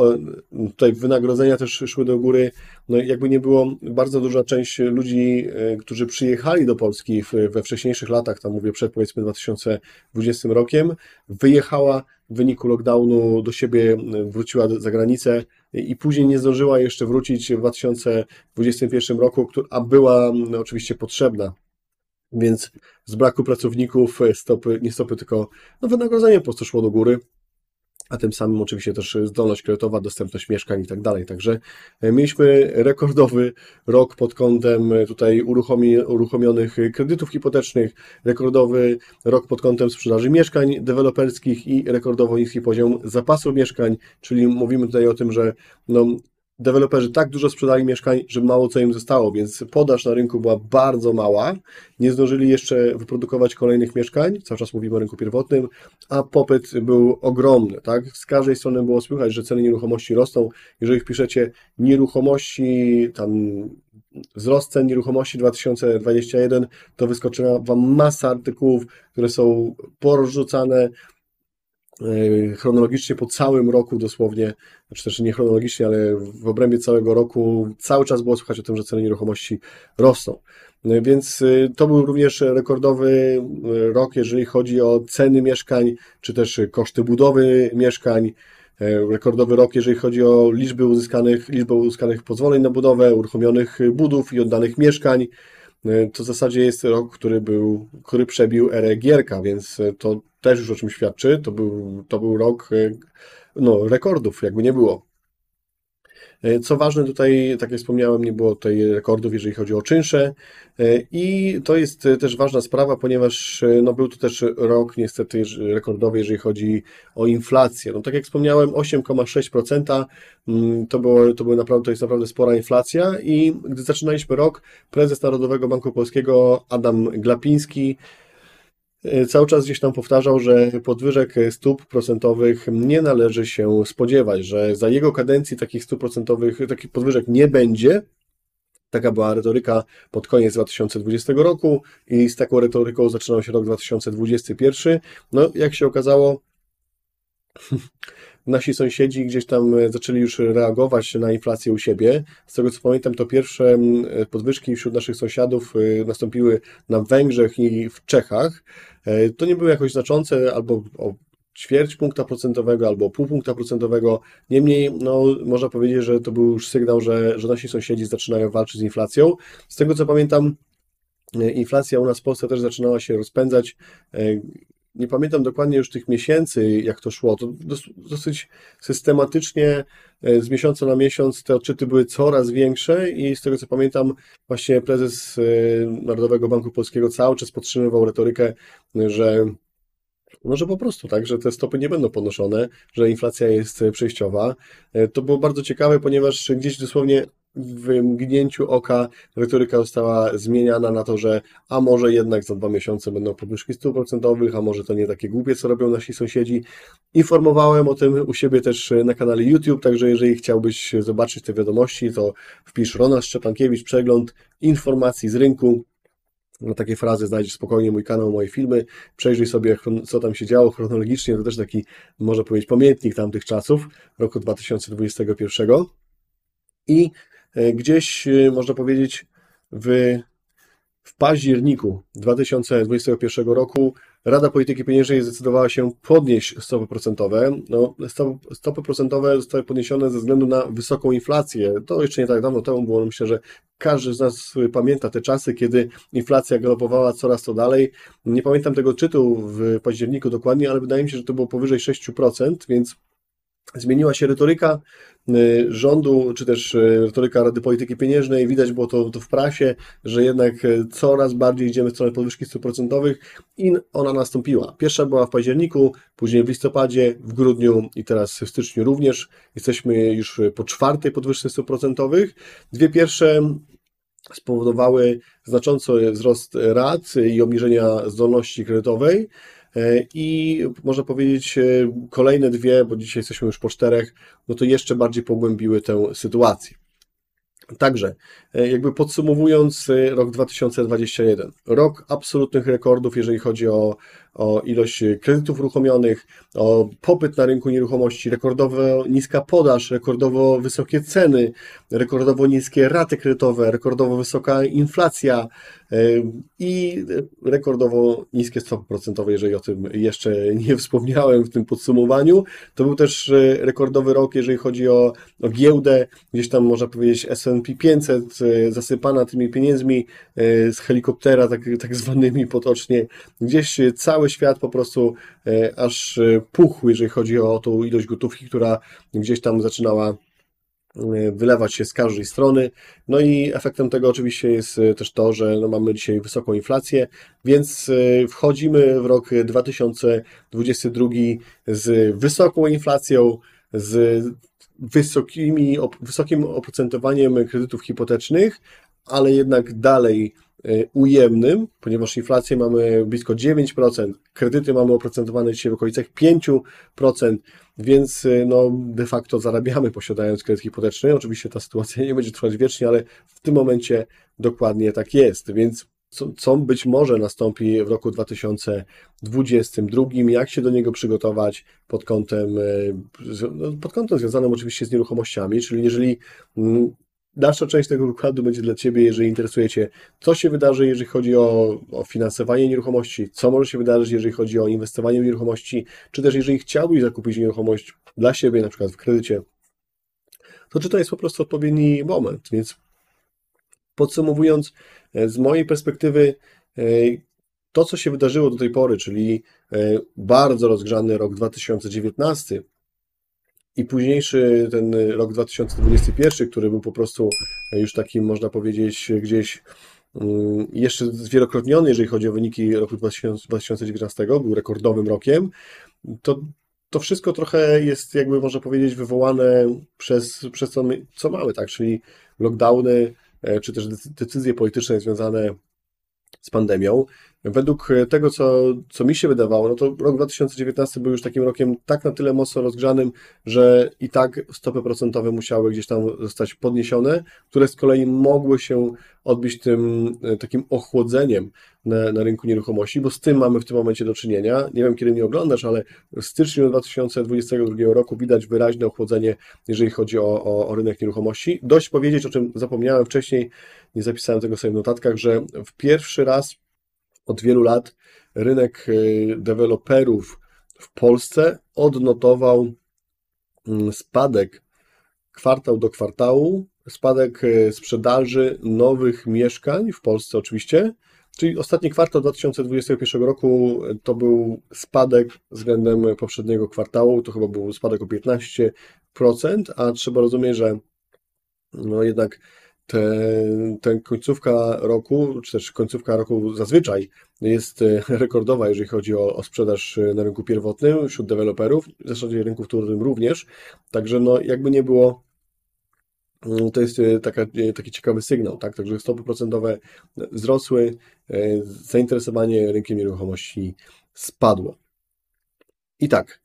Tutaj wynagrodzenia też szły do góry. No jakby nie było, bardzo duża część ludzi, którzy przyjechali do Polski we wcześniejszych latach, tam mówię przed powiedzmy 2020 rokiem, wyjechała w wyniku lockdownu do siebie, wróciła za granicę i później nie zdążyła jeszcze wrócić w 2021 roku, a była oczywiście potrzebna. Więc z braku pracowników tylko wynagrodzenie po prostu szło do góry, a tym samym oczywiście też zdolność kredytowa, dostępność mieszkań i tak dalej. Także mieliśmy rekordowy rok pod kątem tutaj uruchomionych kredytów hipotecznych, rekordowy rok pod kątem sprzedaży mieszkań deweloperskich i rekordowo niski poziom zapasu mieszkań, czyli mówimy tutaj o tym, że deweloperzy tak dużo sprzedali mieszkań, że mało co im zostało, więc podaż na rynku była bardzo mała, nie zdążyli jeszcze wyprodukować kolejnych mieszkań, cały czas mówimy o rynku pierwotnym, a popyt był ogromny, tak? Z każdej strony było słychać, że ceny nieruchomości rosną. Jeżeli wpiszecie nieruchomości, tam wzrost cen nieruchomości 2021, to wyskoczy Wam masa artykułów, które są porzucane chronologicznie po całym roku dosłownie, znaczy też nie chronologicznie, ale w obrębie całego roku cały czas było słychać o tym, że ceny nieruchomości rosną. Więc to był również rekordowy rok, jeżeli chodzi o ceny mieszkań, czy też koszty budowy mieszkań. Rekordowy rok, jeżeli chodzi o liczbę uzyskanych pozwoleń na budowę, uruchomionych budów i oddanych mieszkań. To w zasadzie jest rok, który przebił erę Gierka, więc to też już o czym świadczy. To był rok rekordów, jakby nie było. Co ważne, tutaj, tak jak wspomniałem, nie było tutaj rekordów, jeżeli chodzi o czynsze i to jest też ważna sprawa, ponieważ był to też rok niestety rekordowy, jeżeli chodzi o inflację. No, tak jak wspomniałem, 8,6% to jest naprawdę spora inflacja i gdy zaczynaliśmy rok, prezes Narodowego Banku Polskiego Adam Glapiński cały czas gdzieś tam powtarzał, że podwyżek stóp procentowych nie należy się spodziewać, że za jego kadencji takich stóp procentowych, takich podwyżek nie będzie. Taka była retoryka pod koniec 2020 roku i z taką retoryką zaczynał się rok 2021. No, jak się okazało, nasi sąsiedzi gdzieś tam zaczęli już reagować na inflację u siebie. Z tego co pamiętam, to pierwsze podwyżki wśród naszych sąsiadów nastąpiły na Węgrzech i w Czechach. To nie były jakoś znaczące, albo o ćwierć punkta procentowego, albo o pół punkta procentowego. Niemniej, można powiedzieć, że to był już sygnał, że nasi sąsiedzi zaczynają walczyć z inflacją. Z tego co pamiętam, inflacja u nas w Polsce też zaczynała się rozpędzać. Nie pamiętam dokładnie już tych miesięcy, jak to szło. To dosyć systematycznie z miesiąca na miesiąc te odczyty były coraz większe i z tego co pamiętam, właśnie prezes Narodowego Banku Polskiego cały czas podtrzymywał retorykę, że po prostu tak, że te stopy nie będą podnoszone, że inflacja jest przejściowa. To było bardzo ciekawe, ponieważ gdzieś dosłownie w mgnięciu oka retoryka została zmieniana na to, że a może jednak za 2 miesiące będą podwyżki stóp procentowych, a może to nie takie głupie, co robią nasi sąsiedzi. Informowałem o tym u siebie też na kanale YouTube, także jeżeli chciałbyś zobaczyć te wiadomości, to wpisz Ronald Szczepankiewicz, przegląd informacji z rynku. Na takie frazy znajdziesz spokojnie mój kanał, moje filmy, przejrzyj sobie, co tam się działo chronologicznie, to też taki, można powiedzieć, pamiętnik tamtych czasów, roku 2021. I gdzieś, można powiedzieć, w październiku 2021 roku Rada Polityki Pieniężnej zdecydowała się podnieść stopy procentowe. Stopy procentowe zostały podniesione ze względu na wysoką inflację. To jeszcze nie tak dawno temu było. Myślę, że każdy z nas pamięta te czasy, kiedy inflacja galopowała coraz to dalej. Nie pamiętam tego odczytu w październiku dokładnie, ale wydaje mi się, że to było powyżej 6%, więc zmieniła się retoryka rządu, czy też retoryka Rady Polityki Pieniężnej. Widać było to w prasie, że jednak coraz bardziej idziemy w stronę podwyżki stóp procentowych i ona nastąpiła. Pierwsza była w październiku, później w listopadzie, w grudniu i teraz w styczniu również. Jesteśmy już po 4. podwyżce stóp procentowych. 2 pierwsze spowodowały znaczący wzrost rat i obniżenia zdolności kredytowej. I można powiedzieć, kolejne 2, bo dzisiaj jesteśmy już po 4, to jeszcze bardziej pogłębiły tę sytuację. Także, jakby podsumowując rok 2021, rok absolutnych rekordów, jeżeli chodzi o ilość kredytów uruchomionych, o popyt na rynku nieruchomości, rekordowo niska podaż, rekordowo wysokie ceny, rekordowo niskie raty kredytowe, rekordowo wysoka inflacja i rekordowo niskie stopy procentowe, jeżeli o tym jeszcze nie wspomniałem w tym podsumowaniu. To był też rekordowy rok, jeżeli chodzi o giełdę, gdzieś tam można powiedzieć S&P 500 zasypana tymi pieniędzmi z helikoptera, tak zwanymi potocznie. Gdzieś cały świat po prostu aż puchł, jeżeli chodzi o tą ilość gotówki, która gdzieś tam zaczynała wylewać się z każdej strony. No i efektem tego oczywiście jest też to, że mamy dzisiaj wysoką inflację, więc wchodzimy w rok 2022 z wysoką inflacją, z wysokim oprocentowaniem kredytów hipotecznych, ale jednak dalej ujemnym, ponieważ inflację mamy blisko 9%, kredyty mamy oprocentowane dzisiaj w okolicach 5%, więc de facto zarabiamy posiadając kredyt hipoteczny. Oczywiście ta sytuacja nie będzie trwać wiecznie, ale w tym momencie dokładnie tak jest, więc co być może nastąpi w roku 2022, jak się do niego przygotować pod kątem związanym oczywiście z nieruchomościami, czyli jeżeli dalsza część tego wykładu będzie dla Ciebie, jeżeli interesuje Cię, co się wydarzy, jeżeli chodzi o finansowanie nieruchomości, co może się wydarzyć, jeżeli chodzi o inwestowanie w nieruchomości, czy też jeżeli chciałbyś zakupić nieruchomość dla siebie, na przykład w kredycie, to jest po prostu odpowiedni moment. Więc podsumowując, z mojej perspektywy, to, co się wydarzyło do tej pory, czyli bardzo rozgrzany rok 2019 i późniejszy ten rok 2021, który był po prostu już takim, można powiedzieć, gdzieś jeszcze zwielokrotniony, jeżeli chodzi o wyniki roku 2019, był rekordowym rokiem, to wszystko trochę jest, jakby można powiedzieć, wywołane przez to, co mamy, tak? Czyli lockdowny, czy też decyzje polityczne związane z pandemią. Według tego, co mi się wydawało, no to rok 2019 był już takim rokiem tak na tyle mocno rozgrzanym, że i tak stopy procentowe musiały gdzieś tam zostać podniesione, które z kolei mogły się odbić tym takim ochłodzeniem na rynku nieruchomości, bo z tym mamy w tym momencie do czynienia. Nie wiem, kiedy mnie oglądasz, ale w styczniu 2022 roku widać wyraźne ochłodzenie, jeżeli chodzi o rynek nieruchomości. Dość powiedzieć, o czym zapomniałem wcześniej, nie zapisałem tego sobie w notatkach, że w pierwszy raz od wielu lat rynek deweloperów w Polsce odnotował spadek kwartał do kwartału, spadek sprzedaży nowych mieszkań w Polsce oczywiście, czyli ostatni kwartał 2021 roku to był spadek względem poprzedniego kwartału, to chyba był spadek o 15%, a trzeba rozumieć, że no jednak ten końcówka roku, czy też końcówka roku zazwyczaj jest rekordowa, jeżeli chodzi o sprzedaż na rynku pierwotnym wśród deweloperów, w zasadzie rynku wtórnym również. Także no jakby nie było, to jest taki ciekawy sygnał, tak? Także stopy procentowe wzrosły, zainteresowanie rynkiem nieruchomości spadło. I tak,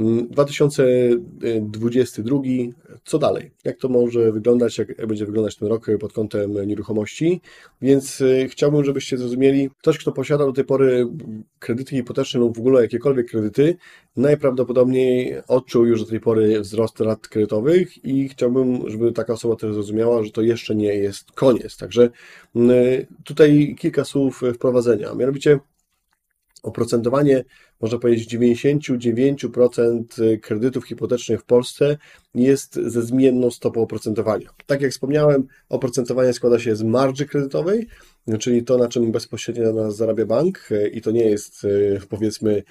2022, co dalej? Jak to może wyglądać, jak będzie wyglądać ten rok pod kątem nieruchomości? Więc chciałbym, żebyście zrozumieli, ktoś, kto posiada do tej pory kredyty hipoteczne lub w ogóle jakiekolwiek kredyty, najprawdopodobniej odczuł już do tej pory wzrost rat kredytowych i chciałbym, żeby taka osoba też zrozumiała, że to jeszcze nie jest koniec. Także tutaj kilka słów wprowadzenia. Mianowicie oprocentowanie, można powiedzieć, 99% kredytów hipotecznych w Polsce jest ze zmienną stopą oprocentowania. Tak jak wspomniałem, oprocentowanie składa się z marży kredytowej, czyli to, na czym bezpośrednio na nas zarabia bank i to nie jest, powiedzmy,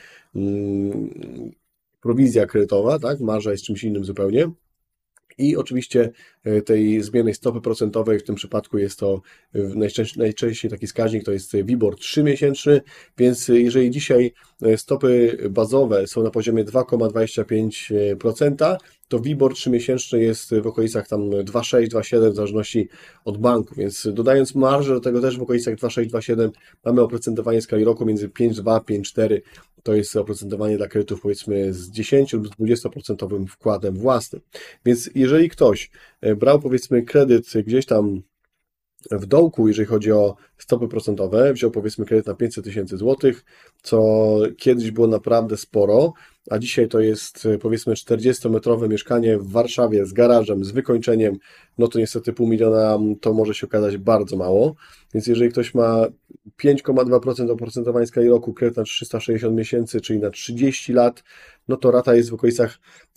prowizja kredytowa, tak? Marża jest czymś innym zupełnie. I oczywiście tej zmiennej stopy procentowej, w tym przypadku jest to najczęściej taki wskaźnik, to jest WIBOR 3-miesięczny, więc jeżeli dzisiaj stopy bazowe są na poziomie 2,25%, to WIBOR 3-miesięczny jest w okolicach tam 2,6, 2,7 w zależności od banku, więc dodając marżę do tego też w okolicach 2,6, 2,7 mamy oprocentowanie w skali roku między 5,2, 5,4. To jest oprocentowanie dla kredytów powiedzmy z 10 lub z 20% wkładem własnym. Więc jeżeli ktoś brał powiedzmy kredyt gdzieś tam w dołku, jeżeli chodzi o stopy procentowe, wziął powiedzmy kredyt na 500 tysięcy złotych, co kiedyś było naprawdę sporo, a dzisiaj to jest powiedzmy 40-metrowe mieszkanie w Warszawie z garażem, z wykończeniem, no to niestety 500 000 to może się okazać bardzo mało, więc jeżeli ktoś ma 5,2% oprocentowania w skali roku, kredyt na 360 miesięcy, czyli na 30 lat, no to rata jest w okolicach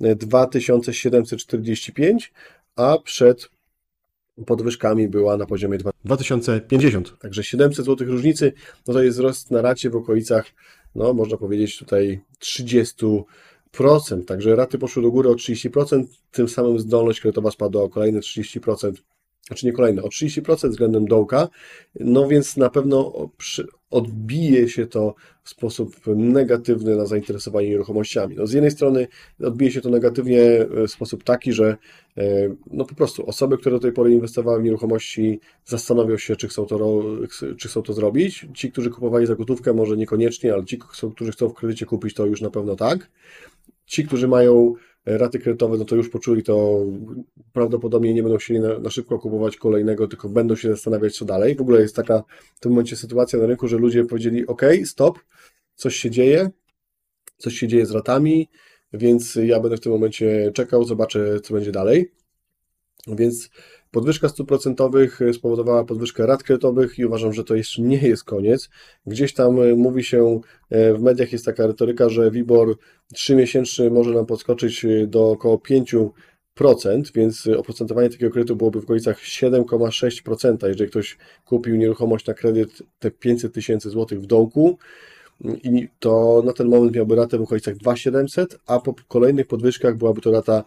2745, a przed podwyżkami była na poziomie 2050. Także 700 zł różnicy, no to jest wzrost na racie w okolicach, no można powiedzieć tutaj 30%. Także raty poszły do góry o 30%, tym samym zdolność kredytowa spadła o kolejne 30%. Znaczy nie kolejne, o 30% względem dołka, no więc na pewno odbije się to w sposób negatywny na zainteresowanie nieruchomościami. No z jednej strony odbije się to negatywnie w sposób taki, że no po prostu osoby, które do tej pory inwestowały w nieruchomości, zastanowią się, czy chcą to zrobić. Ci, którzy kupowali za gotówkę, może niekoniecznie, ale ci, którzy chcą w kredycie kupić, to już na pewno tak. Ci, którzy mają raty kredytowe, no to już poczuli to, prawdopodobnie nie będą chcieli na szybko kupować kolejnego, tylko będą się zastanawiać, co dalej. W ogóle jest taka w tym momencie sytuacja na rynku, że ludzie powiedzieli, ok, stop, coś się dzieje z ratami, więc ja będę w tym momencie czekał, zobaczę, co będzie dalej. Więc podwyżka stóp procentowych spowodowała podwyżkę rat kredytowych i uważam, że to jeszcze nie jest koniec. Gdzieś tam mówi się, w mediach jest taka retoryka, że WIBOR 3-miesięczny może nam podskoczyć do około 5%, więc oprocentowanie takiego kredytu byłoby w okolicach 7,6%, jeżeli ktoś kupił nieruchomość na kredyt te 500 000 złotych w dołku. I to na ten moment miałby ratę w okolicach 2700, a po kolejnych podwyżkach byłaby to rata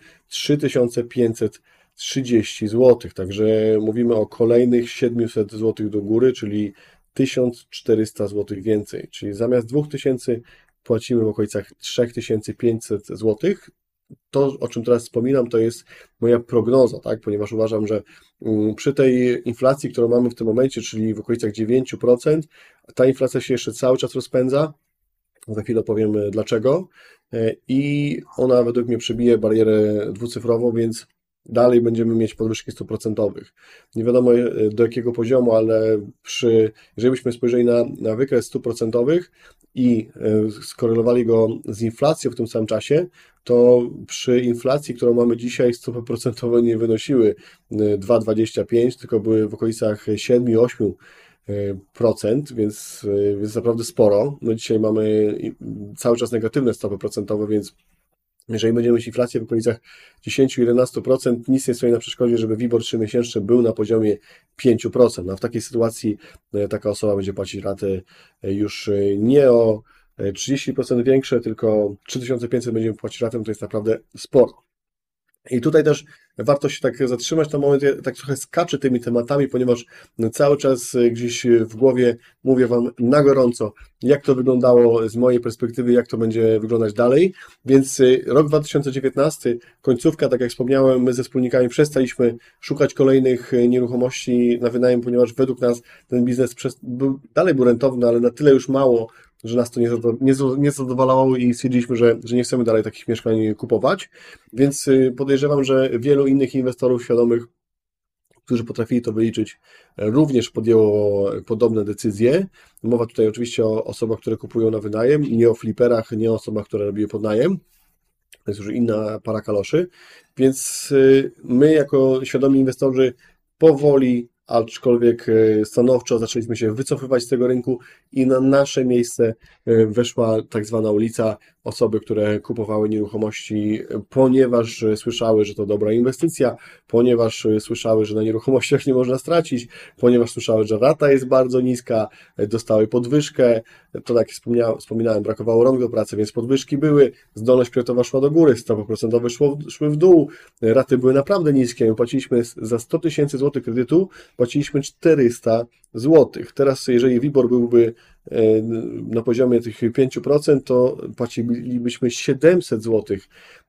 3530 zł. Także mówimy o kolejnych 700 zł do góry, czyli 1400 zł więcej. Czyli zamiast 2000 płacimy w okolicach 3500 zł. To, o czym teraz wspominam, to jest moja prognoza, tak? Ponieważ uważam, że przy tej inflacji, którą mamy w tym momencie, czyli w okolicach 9%, ta inflacja się jeszcze cały czas rozpędza. Za chwilę powiem dlaczego. I ona według mnie przebije barierę dwucyfrową, więc dalej będziemy mieć podwyżki stóp procentowych. Nie wiadomo do jakiego poziomu, ale jeżeli byśmy spojrzeli na wykres stóp procentowych i skorelowali go z inflacją w tym samym czasie, to przy inflacji, którą mamy dzisiaj, stopy procentowe nie wynosiły 2,25, tylko były w okolicach 7-8%, więc naprawdę sporo. No dzisiaj mamy cały czas negatywne stopy procentowe, więc jeżeli będziemy mieć inflację w okolicach 10-11%, nic nie stoi na przeszkodzie, żeby WIBOR 3-miesięczny był na poziomie 5%. A w takiej sytuacji taka osoba będzie płacić raty już nie o 30% większe, tylko 3500 będziemy płacić ratę, to jest naprawdę sporo. I tutaj też warto się tak zatrzymać na moment, ja tak trochę skaczę tymi tematami, ponieważ cały czas gdzieś w głowie mówię Wam na gorąco, jak to wyglądało z mojej perspektywy, jak to będzie wyglądać dalej. Więc rok 2019, końcówka, tak jak wspomniałem, my ze wspólnikami przestaliśmy szukać kolejnych nieruchomości na wynajem, ponieważ według nas ten biznes dalej był rentowny, ale na tyle już mało, że nas to nie zadowalało i stwierdziliśmy, że nie chcemy dalej takich mieszkań kupować, więc podejrzewam, że wielu innych inwestorów świadomych, którzy potrafili to wyliczyć, również podjęło podobne decyzje. Mowa tutaj oczywiście o osobach, które kupują na wynajem, nie o fliperach, nie o osobach, które robiły podnajem. To jest już inna para kaloszy, więc my jako świadomi inwestorzy powoli, aczkolwiek stanowczo zaczęliśmy się wycofywać z tego rynku i na nasze miejsce weszła tak zwana ulica, osoby, które kupowały nieruchomości, ponieważ słyszały, że to dobra inwestycja, ponieważ słyszały, że na nieruchomościach nie można stracić, ponieważ słyszały, że rata jest bardzo niska, dostały podwyżkę, to tak jak wspominałem, brakowało rąk do pracy, więc podwyżki były, zdolność kredytowa szła do góry, stopy procentowe szły w dół, raty były naprawdę niskie, my płaciliśmy za 100 000 złotych kredytu, płaciliśmy 400 zł. Teraz jeżeli WIBOR byłby na poziomie tych 5%, to płacilibyśmy 700 zł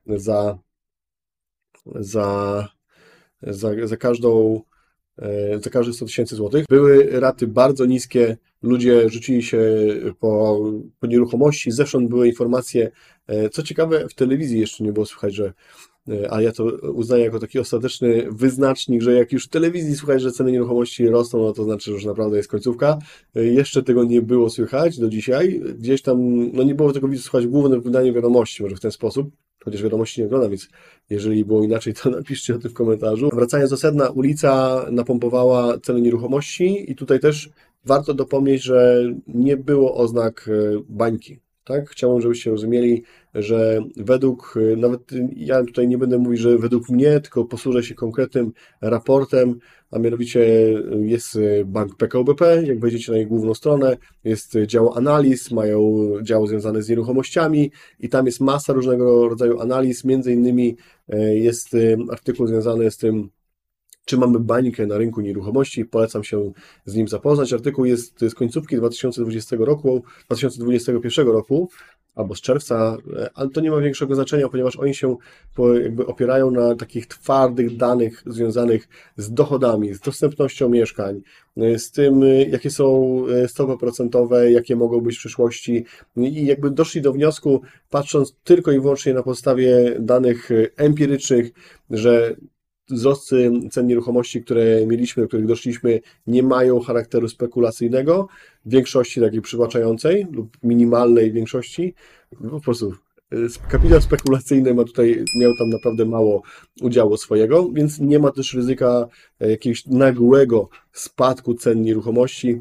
za każde 100 000 złotych. Były raty bardzo niskie, ludzie rzucili się po nieruchomości, zewsząd były informacje, co ciekawe w telewizji jeszcze nie było słychać, a ja to uznaję jako taki ostateczny wyznacznik, że jak już w telewizji słychać, że ceny nieruchomości rosną, no to znaczy, że już naprawdę jest końcówka. Jeszcze tego nie było słychać do dzisiaj. Gdzieś tam, no nie było tego słychać w głównym wydaniu wiadomości, może w ten sposób, chociaż wiadomości nie oglądam, więc jeżeli było inaczej, to napiszcie o tym w komentarzu. Wracając do sedna, ulica napompowała ceny nieruchomości i tutaj też warto dopomnieć, że nie było oznak bańki. Tak? Chciałbym, żebyście rozumieli, że nawet ja tutaj nie będę mówić, że według mnie, tylko posłużę się konkretnym raportem, a mianowicie jest bank PKO BP, jak wejdziecie na ich główną stronę, jest dział analiz, mają dział związany z nieruchomościami i tam jest masa różnego rodzaju analiz, między innymi jest artykuł związany z tym, czy mamy bańkę na rynku nieruchomości. Polecam się z nim zapoznać. Artykuł jest z końcówki 2021 roku, albo z czerwca, ale to nie ma większego znaczenia, ponieważ oni się jakby opierają na takich twardych danych związanych z dochodami, z dostępnością mieszkań, z tym, jakie są stopy procentowe, jakie mogą być w przyszłości i jakby doszli do wniosku, patrząc tylko i wyłącznie na podstawie danych empirycznych, że wzrosty cen nieruchomości, które mieliśmy, do których doszliśmy, nie mają charakteru spekulacyjnego, w większości takiej przytłaczającej lub minimalnej większości. Po prostu kapitał spekulacyjny miał tam naprawdę mało udziału swojego, więc nie ma też ryzyka jakiegoś nagłego spadku cen nieruchomości,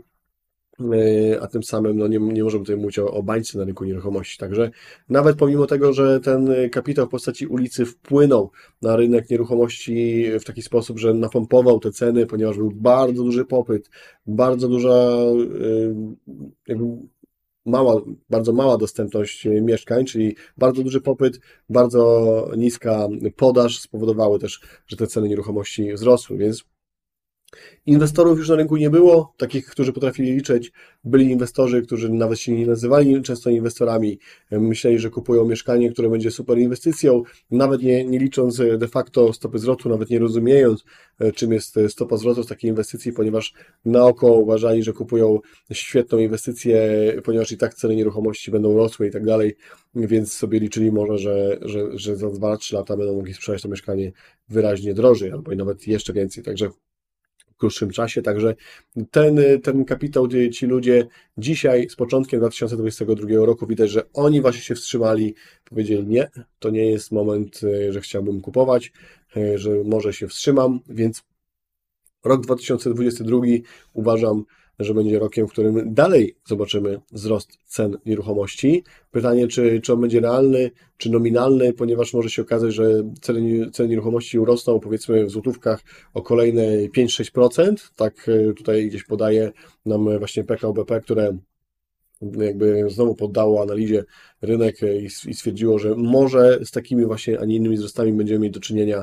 a tym samym nie możemy tutaj mówić o bańce na rynku nieruchomości. Także nawet pomimo tego, że ten kapitał w postaci ulicy wpłynął na rynek nieruchomości w taki sposób, że napompował te ceny, ponieważ był bardzo duży popyt, bardzo duża jakby bardzo mała dostępność mieszkań, czyli bardzo duży popyt, bardzo niska podaż spowodowały też, że te ceny nieruchomości wzrosły, więc inwestorów już na rynku nie było, takich, którzy potrafili liczyć. Byli inwestorzy, którzy nawet się nie nazywali często inwestorami. Myśleli, że kupują mieszkanie, które będzie super inwestycją, nawet nie licząc de facto stopy zwrotu, nawet nie rozumiejąc, czym jest stopa zwrotu z takiej inwestycji, ponieważ na oko uważali, że kupują świetną inwestycję, ponieważ i tak ceny nieruchomości będą rosły i tak dalej, więc sobie liczyli może, że za 2-3 lata będą mogli sprzedać to mieszkanie wyraźnie drożej, albo i nawet jeszcze więcej. Także w krótszym czasie, także ten kapitał, ci ludzie dzisiaj z początkiem 2022 roku widać, że oni właśnie się wstrzymali, powiedzieli nie, to nie jest moment, że chciałbym kupować, że może się wstrzymam, więc rok 2022 uważam, że będzie rokiem, w którym dalej zobaczymy wzrost cen nieruchomości. Pytanie, czy on będzie realny, czy nominalny, ponieważ może się okazać, że ceny nieruchomości urosną powiedzmy w złotówkach o kolejne 5-6%. Tak tutaj gdzieś podaje nam właśnie PKO BP, które jakby znowu poddało analizie rynek i stwierdziło, że może z takimi właśnie, a nie innymi wzrostami będziemy mieć do czynienia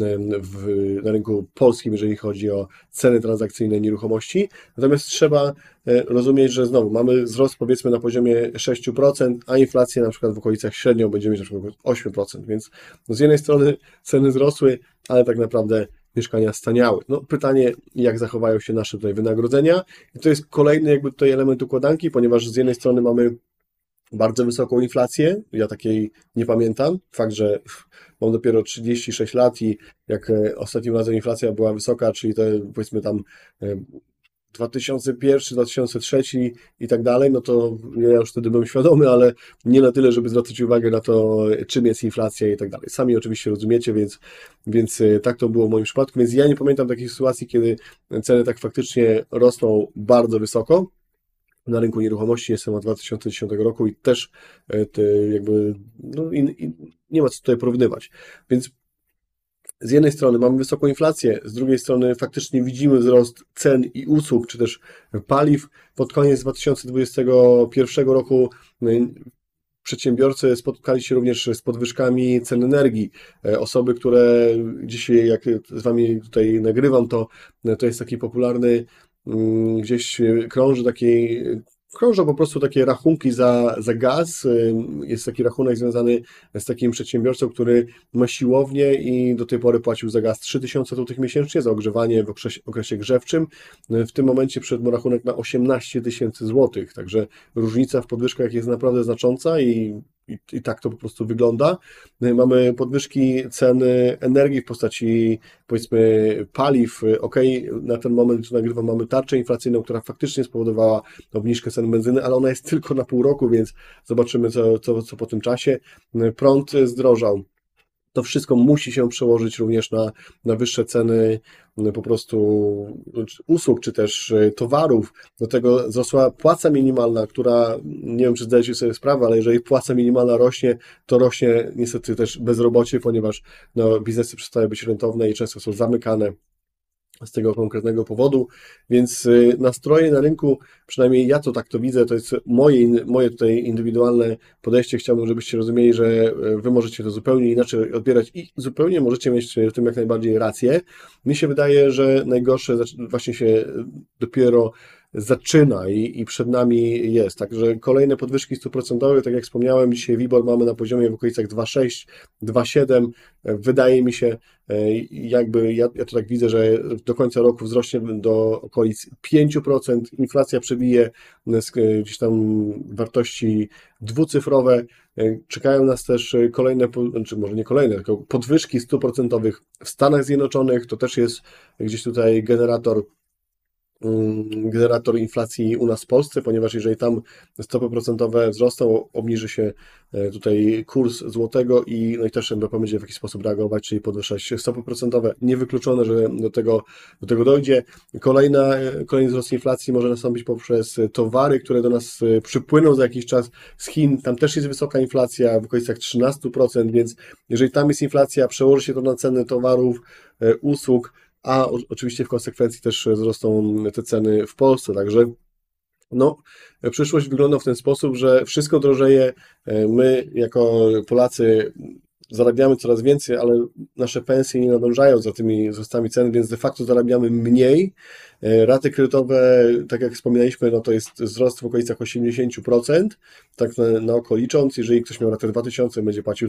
na rynku polskim, jeżeli chodzi o ceny transakcyjne nieruchomości. Natomiast trzeba rozumieć, że znowu mamy wzrost powiedzmy na poziomie 6%, a inflacja na przykład w okolicach średnio będzie mieć na przykład 8%, więc z jednej strony ceny wzrosły, ale tak naprawdę mieszkania staniały. No, pytanie, jak zachowają się nasze tutaj wynagrodzenia. I to jest kolejny jakby tutaj element układanki, ponieważ z jednej strony mamy bardzo wysoką inflację, ja takiej nie pamiętam. Fakt, że mam dopiero 36 lat i jak ostatnim razem inflacja była wysoka, czyli to powiedzmy tam 2001, 2003 i tak dalej, no to ja już wtedy byłem świadomy, ale nie na tyle, żeby zwracać uwagę na to, czym jest inflacja i tak dalej. Sami oczywiście rozumiecie, więc tak to było w moim przypadku, więc ja nie pamiętam takich sytuacji, kiedy ceny tak faktycznie rosną bardzo wysoko. Na rynku nieruchomości jestem od 2010 roku i też jakby nie ma co tutaj porównywać. Więc z jednej strony mamy wysoką inflację, z drugiej strony faktycznie widzimy wzrost cen i usług, czy też paliw. Pod koniec 2021 roku przedsiębiorcy spotkali się również z podwyżkami cen energii. Osoby, które dzisiaj, jak z Wami tutaj nagrywam, to jest taki popularny, gdzieś krążą po prostu takie rachunki za gaz. Jest taki rachunek związany z takim przedsiębiorcą, który ma siłownię i do tej pory płacił za gaz 3000 zł miesięcznie, za ogrzewanie w okresie grzewczym. W tym momencie przyszedł mu rachunek na 18 000 złotych, także różnica w podwyżkach jest naprawdę znacząca i tak to po prostu wygląda. Mamy podwyżki ceny energii w postaci powiedzmy paliw. Na ten moment nagrywam, mamy tarczę inflacyjną, która faktycznie spowodowała obniżkę cen benzyny, ale ona jest tylko na pół roku, więc zobaczymy co po tym czasie. Prąd zdrożał. To wszystko musi się przełożyć również na wyższe ceny po prostu usług, czy też towarów. Do tego wzrosła płaca minimalna, która, nie wiem, czy zdajecie sobie sprawę, ale jeżeli płaca minimalna rośnie, to rośnie niestety też bezrobocie, ponieważ biznesy przestają być rentowne i często są zamykane. z tego konkretnego powodu, więc nastroje na rynku, przynajmniej ja to tak to widzę, to jest moje tutaj indywidualne podejście. Chciałbym, żebyście rozumieli, że wy możecie to zupełnie inaczej odbierać i zupełnie możecie mieć w tym jak najbardziej rację. Mi się wydaje, że najgorsze właśnie się dopiero zaczyna i przed nami jest. Także kolejne podwyżki stóp procentowych, tak jak wspomniałem, dzisiaj WIBOR mamy na poziomie w okolicach 2,6, 2,7. Wydaje mi się, ja to tak widzę, że do końca roku wzrośnie do okolic 5%, inflacja przebije gdzieś tam wartości dwucyfrowe. Czekają nas też kolejne, czy może nie kolejne, tylko podwyżki stóp procentowych w Stanach Zjednoczonych. To też jest gdzieś tutaj generator inflacji u nas w Polsce, ponieważ jeżeli tam stopy procentowe wzrosną, obniży się tutaj kurs złotego no i też NBP będzie w jakiś sposób reagować, czyli podwyższać stopy procentowe. Niewykluczone, że do tego dojdzie. Kolejny wzrost inflacji może nastąpić poprzez towary, które do nas przypłyną za jakiś czas z Chin. Tam też jest wysoka inflacja w okolicach 13%, więc jeżeli tam jest inflacja, przełoży się to na ceny towarów, usług, a oczywiście w konsekwencji też wzrosną te ceny w Polsce. Także przyszłość wygląda w ten sposób, że wszystko drożeje. My jako Polacy zarabiamy coraz więcej, ale nasze pensje nie nadążają za tymi wzrostami cen, więc de facto zarabiamy mniej. Raty kredytowe, tak jak wspominaliśmy, to jest wzrost w okolicach 80%, tak na oko licząc. Jeżeli ktoś miał ratę 2000, będzie płacił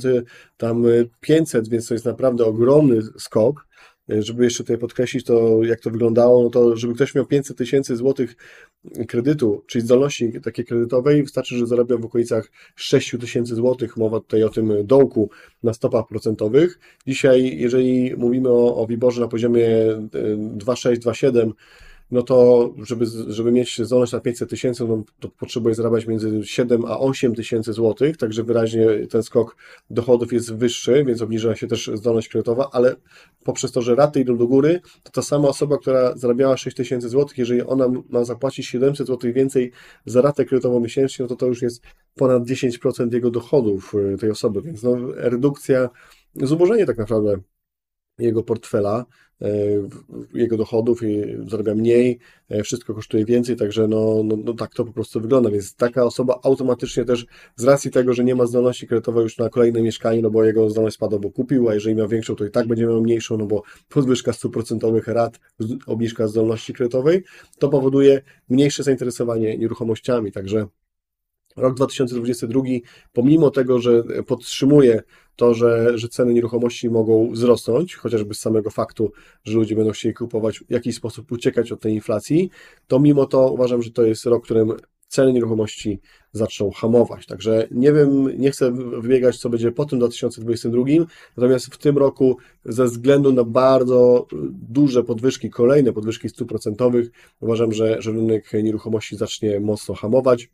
3500, więc to jest naprawdę ogromny skok. Żeby jeszcze tutaj podkreślić to, jak to wyglądało, to żeby ktoś miał 500 tysięcy złotych kredytu, czyli zdolności takiej kredytowej, wystarczy, że zarabiał w okolicach 6 tysięcy złotych. Mowa tutaj o tym dołku na stopach procentowych. Dzisiaj, jeżeli mówimy o WIBOR-ze na poziomie 2,6, 2,7, to żeby mieć zdolność na 500 tysięcy, to potrzebuje zarabiać między 7 a 8 tysięcy złotych, także wyraźnie ten skok dochodów jest wyższy, więc obniża się też zdolność kredytowa, ale poprzez to, że raty idą do góry, to ta sama osoba, która zarabiała 6 tysięcy złotych, jeżeli ona ma zapłacić 700 złotych więcej za ratę kredytową miesięcznie, to już jest ponad 10% jego dochodów tej osoby, więc redukcja, zubożenie tak naprawdę jego portfela, jego dochodów, zarabia mniej, wszystko kosztuje więcej, także tak to po prostu wygląda, więc taka osoba automatycznie też z racji tego, że nie ma zdolności kredytowej już na kolejne mieszkanie, bo jego zdolność spadła, bo kupił, a jeżeli miał większą, to i tak będzie miał mniejszą, bo podwyżka stóp procentowych rat, obniżka zdolności kredytowej, to powoduje mniejsze zainteresowanie nieruchomościami, także rok 2022, pomimo tego, że podtrzymuje to, że ceny nieruchomości mogą wzrosnąć, chociażby z samego faktu, że ludzie będą chcieli kupować, w jakiś sposób uciekać od tej inflacji, to mimo to uważam, że to jest rok, w którym ceny nieruchomości zaczną hamować. Także nie wiem, nie chcę wybiegać, co będzie po tym 2022, natomiast w tym roku ze względu na bardzo duże podwyżki, kolejne podwyżki stóp procentowych, uważam, że rynek nieruchomości zacznie mocno hamować.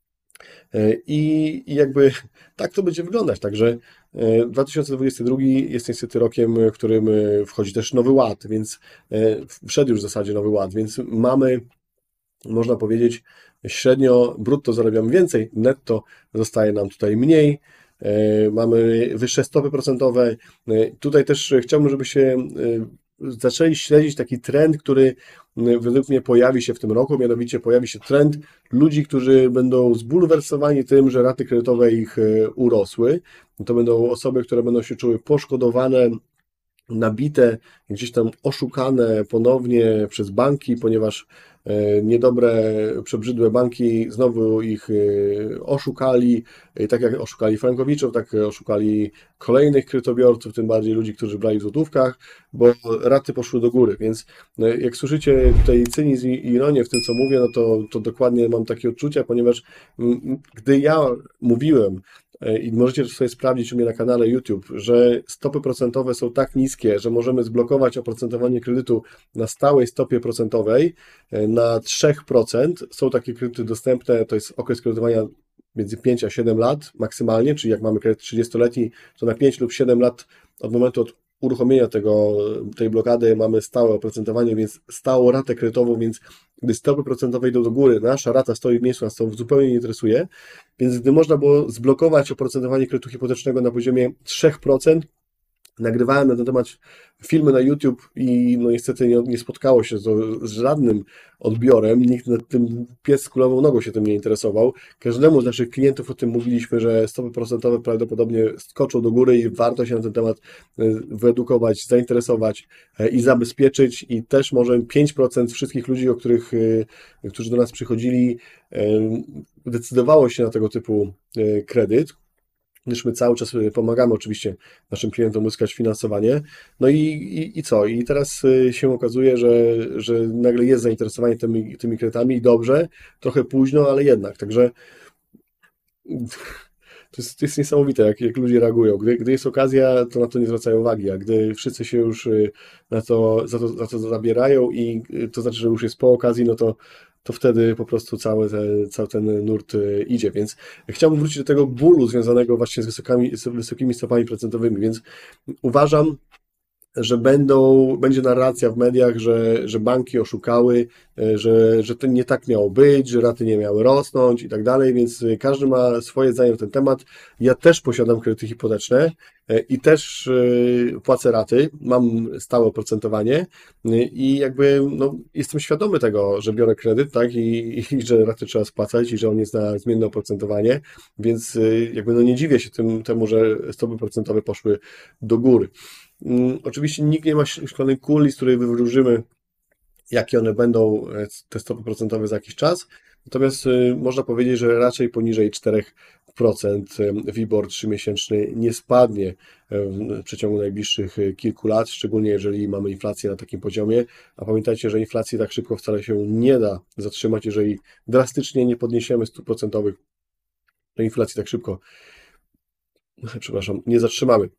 I jakby tak to będzie wyglądać. Także 2022 jest niestety rokiem, w którym wchodzi też nowy ład, więc wszedł już w zasadzie nowy ład, więc mamy, można powiedzieć, średnio brutto zarabiamy więcej, netto zostaje nam tutaj mniej. Mamy wyższe stopy procentowe. Tutaj też chciałbym, żebyście zaczęli śledzić taki trend, który według mnie pojawi się w tym roku, mianowicie pojawi się trend ludzi, którzy będą zbulwersowani tym, że raty kredytowe ich urosły. To będą osoby, które będą się czuły poszkodowane, nabite, gdzieś tam oszukane ponownie przez banki, ponieważ niedobre, przebrzydłe banki znowu ich oszukali, tak jak oszukali frankowiczów, tak oszukali kolejnych kredytobiorców, tym bardziej ludzi, którzy brali w złotówkach, bo raty poszły do góry, więc jak słyszycie tutaj cynizm i ironię w tym, co mówię, to dokładnie mam takie odczucia, ponieważ gdy ja mówiłem, i możecie sobie sprawdzić u mnie na kanale YouTube, że stopy procentowe są tak niskie, że możemy zblokować oprocentowanie kredytu na stałej stopie procentowej na 3%. Są takie kredyty dostępne, to jest okres kredytowania między 5 a 7 lat maksymalnie, czyli jak mamy kredyt 30-letni, to na 5 lub 7 lat od momentu uruchomienia tej blokady mamy stałe oprocentowanie, więc stałą ratę kredytową, więc gdy stopy procentowe idą do góry, nasza rata stoi w miejscu, nas to zupełnie nie interesuje, więc gdy można było zblokować oprocentowanie kredytu hipotecznego na poziomie 3%, Nagrywałem na ten temat filmy na YouTube i no niestety nie spotkało się to z żadnym odbiorem. Nikt nad tym pies z kulawą nogą się tym nie interesował. Każdemu z naszych klientów o tym mówiliśmy, że stopy procentowe prawdopodobnie skoczą do góry i warto się na ten temat wyedukować, zainteresować i zabezpieczyć. I też może 5% wszystkich ludzi, którzy do nas przychodzili, decydowało się na tego typu kredyt, gdyż my cały czas pomagamy oczywiście naszym klientom uzyskać finansowanie. No i co? I teraz się okazuje, że nagle jest zainteresowanie tymi kredytami i dobrze, trochę późno, ale jednak. Także to jest niesamowite, jak ludzie reagują. Gdy jest okazja, to na to nie zwracają uwagi, a gdy wszyscy się już za to zabierają i to znaczy, że już jest po okazji, no to wtedy po prostu cały ten nurt idzie. Więc chciałbym wrócić do tego bólu związanego właśnie z wysokimi stopami procentowymi, więc uważam, że będzie narracja w mediach, że banki oszukały, że to nie tak miało być, że raty nie miały rosnąć i tak dalej, więc każdy ma swoje zdanie na ten temat. Ja też posiadam kredyty hipoteczne i też płacę raty, mam stałe oprocentowanie i jakby no, jestem świadomy tego, że biorę kredyt, tak, i że raty trzeba spłacać i że on jest na zmienne oprocentowanie, więc jakby no nie dziwię się temu, że stopy procentowe poszły do góry. Oczywiście nikt nie ma szklanej kuli, z której wywróżymy, jakie one będą, te stopy procentowe za jakiś czas. Natomiast można powiedzieć, że raczej poniżej 4% WIBOR 3-miesięczny nie spadnie w przeciągu najbliższych kilku lat, szczególnie jeżeli mamy inflację na takim poziomie. A pamiętajcie, że inflacji tak szybko wcale się nie da zatrzymać, jeżeli drastycznie nie podniesiemy stóp procentowych, to inflacji tak szybko, nie zatrzymamy.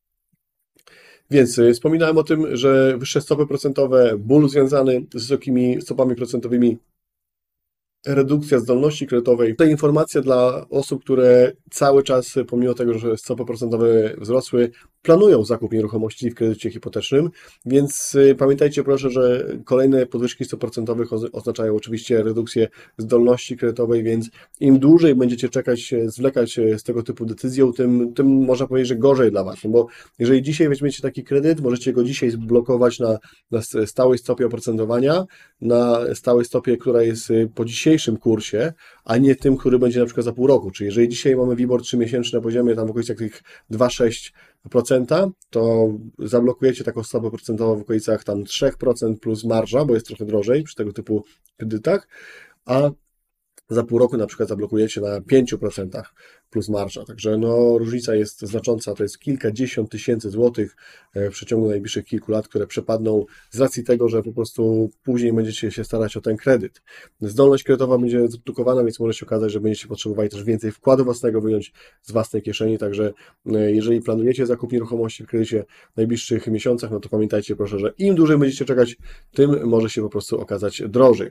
Więc wspominałem o tym, że wyższe stopy procentowe, ból związany z wysokimi stopami procentowymi, redukcja zdolności kredytowej. To informacja dla osób, które cały czas, pomimo tego, że stopy procentowe wzrosły, planują zakup nieruchomości w kredycie hipotecznym, więc pamiętajcie proszę, że kolejne podwyżki stóp procentowych oznaczają oczywiście redukcję zdolności kredytowej, więc im dłużej będziecie czekać, zwlekać z tego typu decyzją, tym można powiedzieć, że gorzej dla Was, no bo jeżeli dzisiaj weźmiecie taki kredyt, możecie go dzisiaj zblokować na stałej stopie oprocentowania, na stałej stopie, która jest po dzisiejszym kursie, a nie tym, który będzie na przykład za pół roku. Czyli jeżeli dzisiaj mamy WIBOR 3-miesięczny na poziomie tam w okolicach tych 2,6%, to zablokujecie taką stopę procentową w okolicach tam 3% plus marża, bo jest trochę drożej przy tego typu kredytach, a za pół roku na przykład zablokujecie na 5% plus marża. Także no, różnica jest znacząca, to jest kilkadziesiąt tysięcy złotych w przeciągu najbliższych kilku lat, które przepadną z racji tego, że po prostu później będziecie się starać o ten kredyt. Zdolność kredytowa będzie zredukowana, więc może się okazać, że będziecie potrzebowali też więcej wkładu własnego wyjąć z własnej kieszeni, także jeżeli planujecie zakup nieruchomości w kredycie w najbliższych miesiącach, no to pamiętajcie proszę, że im dłużej będziecie czekać, tym może się po prostu okazać drożej.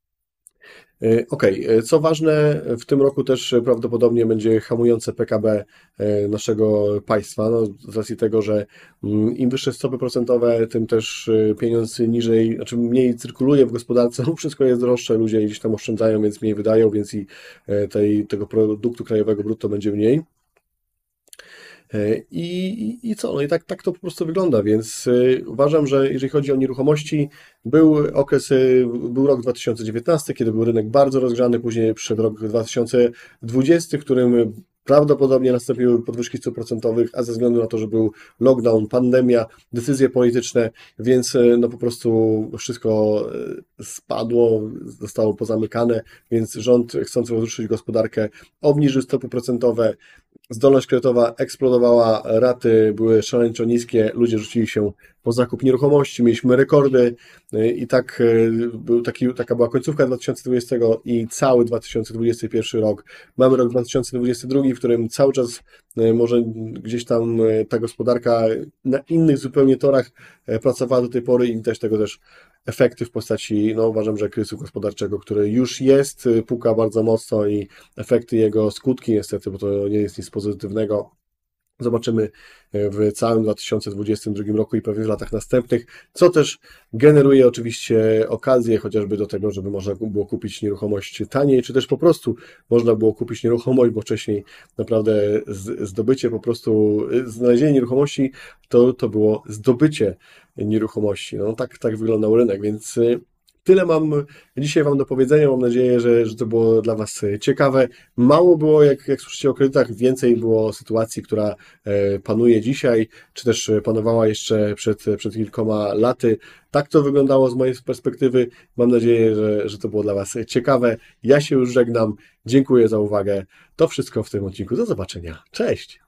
Co ważne, w tym roku też prawdopodobnie będzie hamujące PKB naszego państwa, no, z racji tego, że im wyższe stopy procentowe, tym też pieniądz niżej, znaczy mniej cyrkuluje w gospodarce, no, wszystko jest droższe, ludzie gdzieś tam oszczędzają, więc mniej wydają, więc i tego produktu krajowego brutto będzie mniej. I co? No i tak to po prostu wygląda, więc uważam, że jeżeli chodzi o nieruchomości, był rok 2019, kiedy był rynek bardzo rozgrzany, później przyszedł rok 2020, w którym prawdopodobnie nastąpiły podwyżki stóp procentowych, a ze względu na to, że był lockdown, pandemia, decyzje polityczne, więc no po prostu wszystko spadło, zostało pozamykane, więc rząd, chcąc rozruszyć gospodarkę, obniżył stopy procentowe, zdolność kredytowa eksplodowała, raty były szaleńczo niskie, ludzie rzucili się po zakup nieruchomości, mieliśmy rekordy i taka była końcówka 2020 i cały 2021 rok. Mamy rok 2022, w którym cały czas może gdzieś tam ta gospodarka na innych zupełnie torach pracowała do tej pory i też efekty w postaci, no uważam, że kryzysu gospodarczego, który już jest, puka bardzo mocno i efekty jego skutki niestety, bo to nie jest nic pozytywnego, Zobaczymy w całym 2022 roku i pewnie w latach następnych, co też generuje oczywiście okazję chociażby do tego, żeby można było kupić nieruchomość taniej, czy też po prostu można było kupić nieruchomość, bo wcześniej naprawdę zdobycie po prostu, znalezienie nieruchomości to było zdobycie nieruchomości. No tak wyglądał rynek, więc tyle mam dzisiaj Wam do powiedzenia. Mam nadzieję, że to było dla Was ciekawe. Mało było, jak słyszycie o kredytach, więcej było sytuacji, która panuje dzisiaj, czy też panowała jeszcze przed kilkoma laty. Tak to wyglądało z mojej perspektywy. Mam nadzieję, że to było dla Was ciekawe. Ja się już żegnam. Dziękuję za uwagę. To wszystko w tym odcinku. Do zobaczenia. Cześć!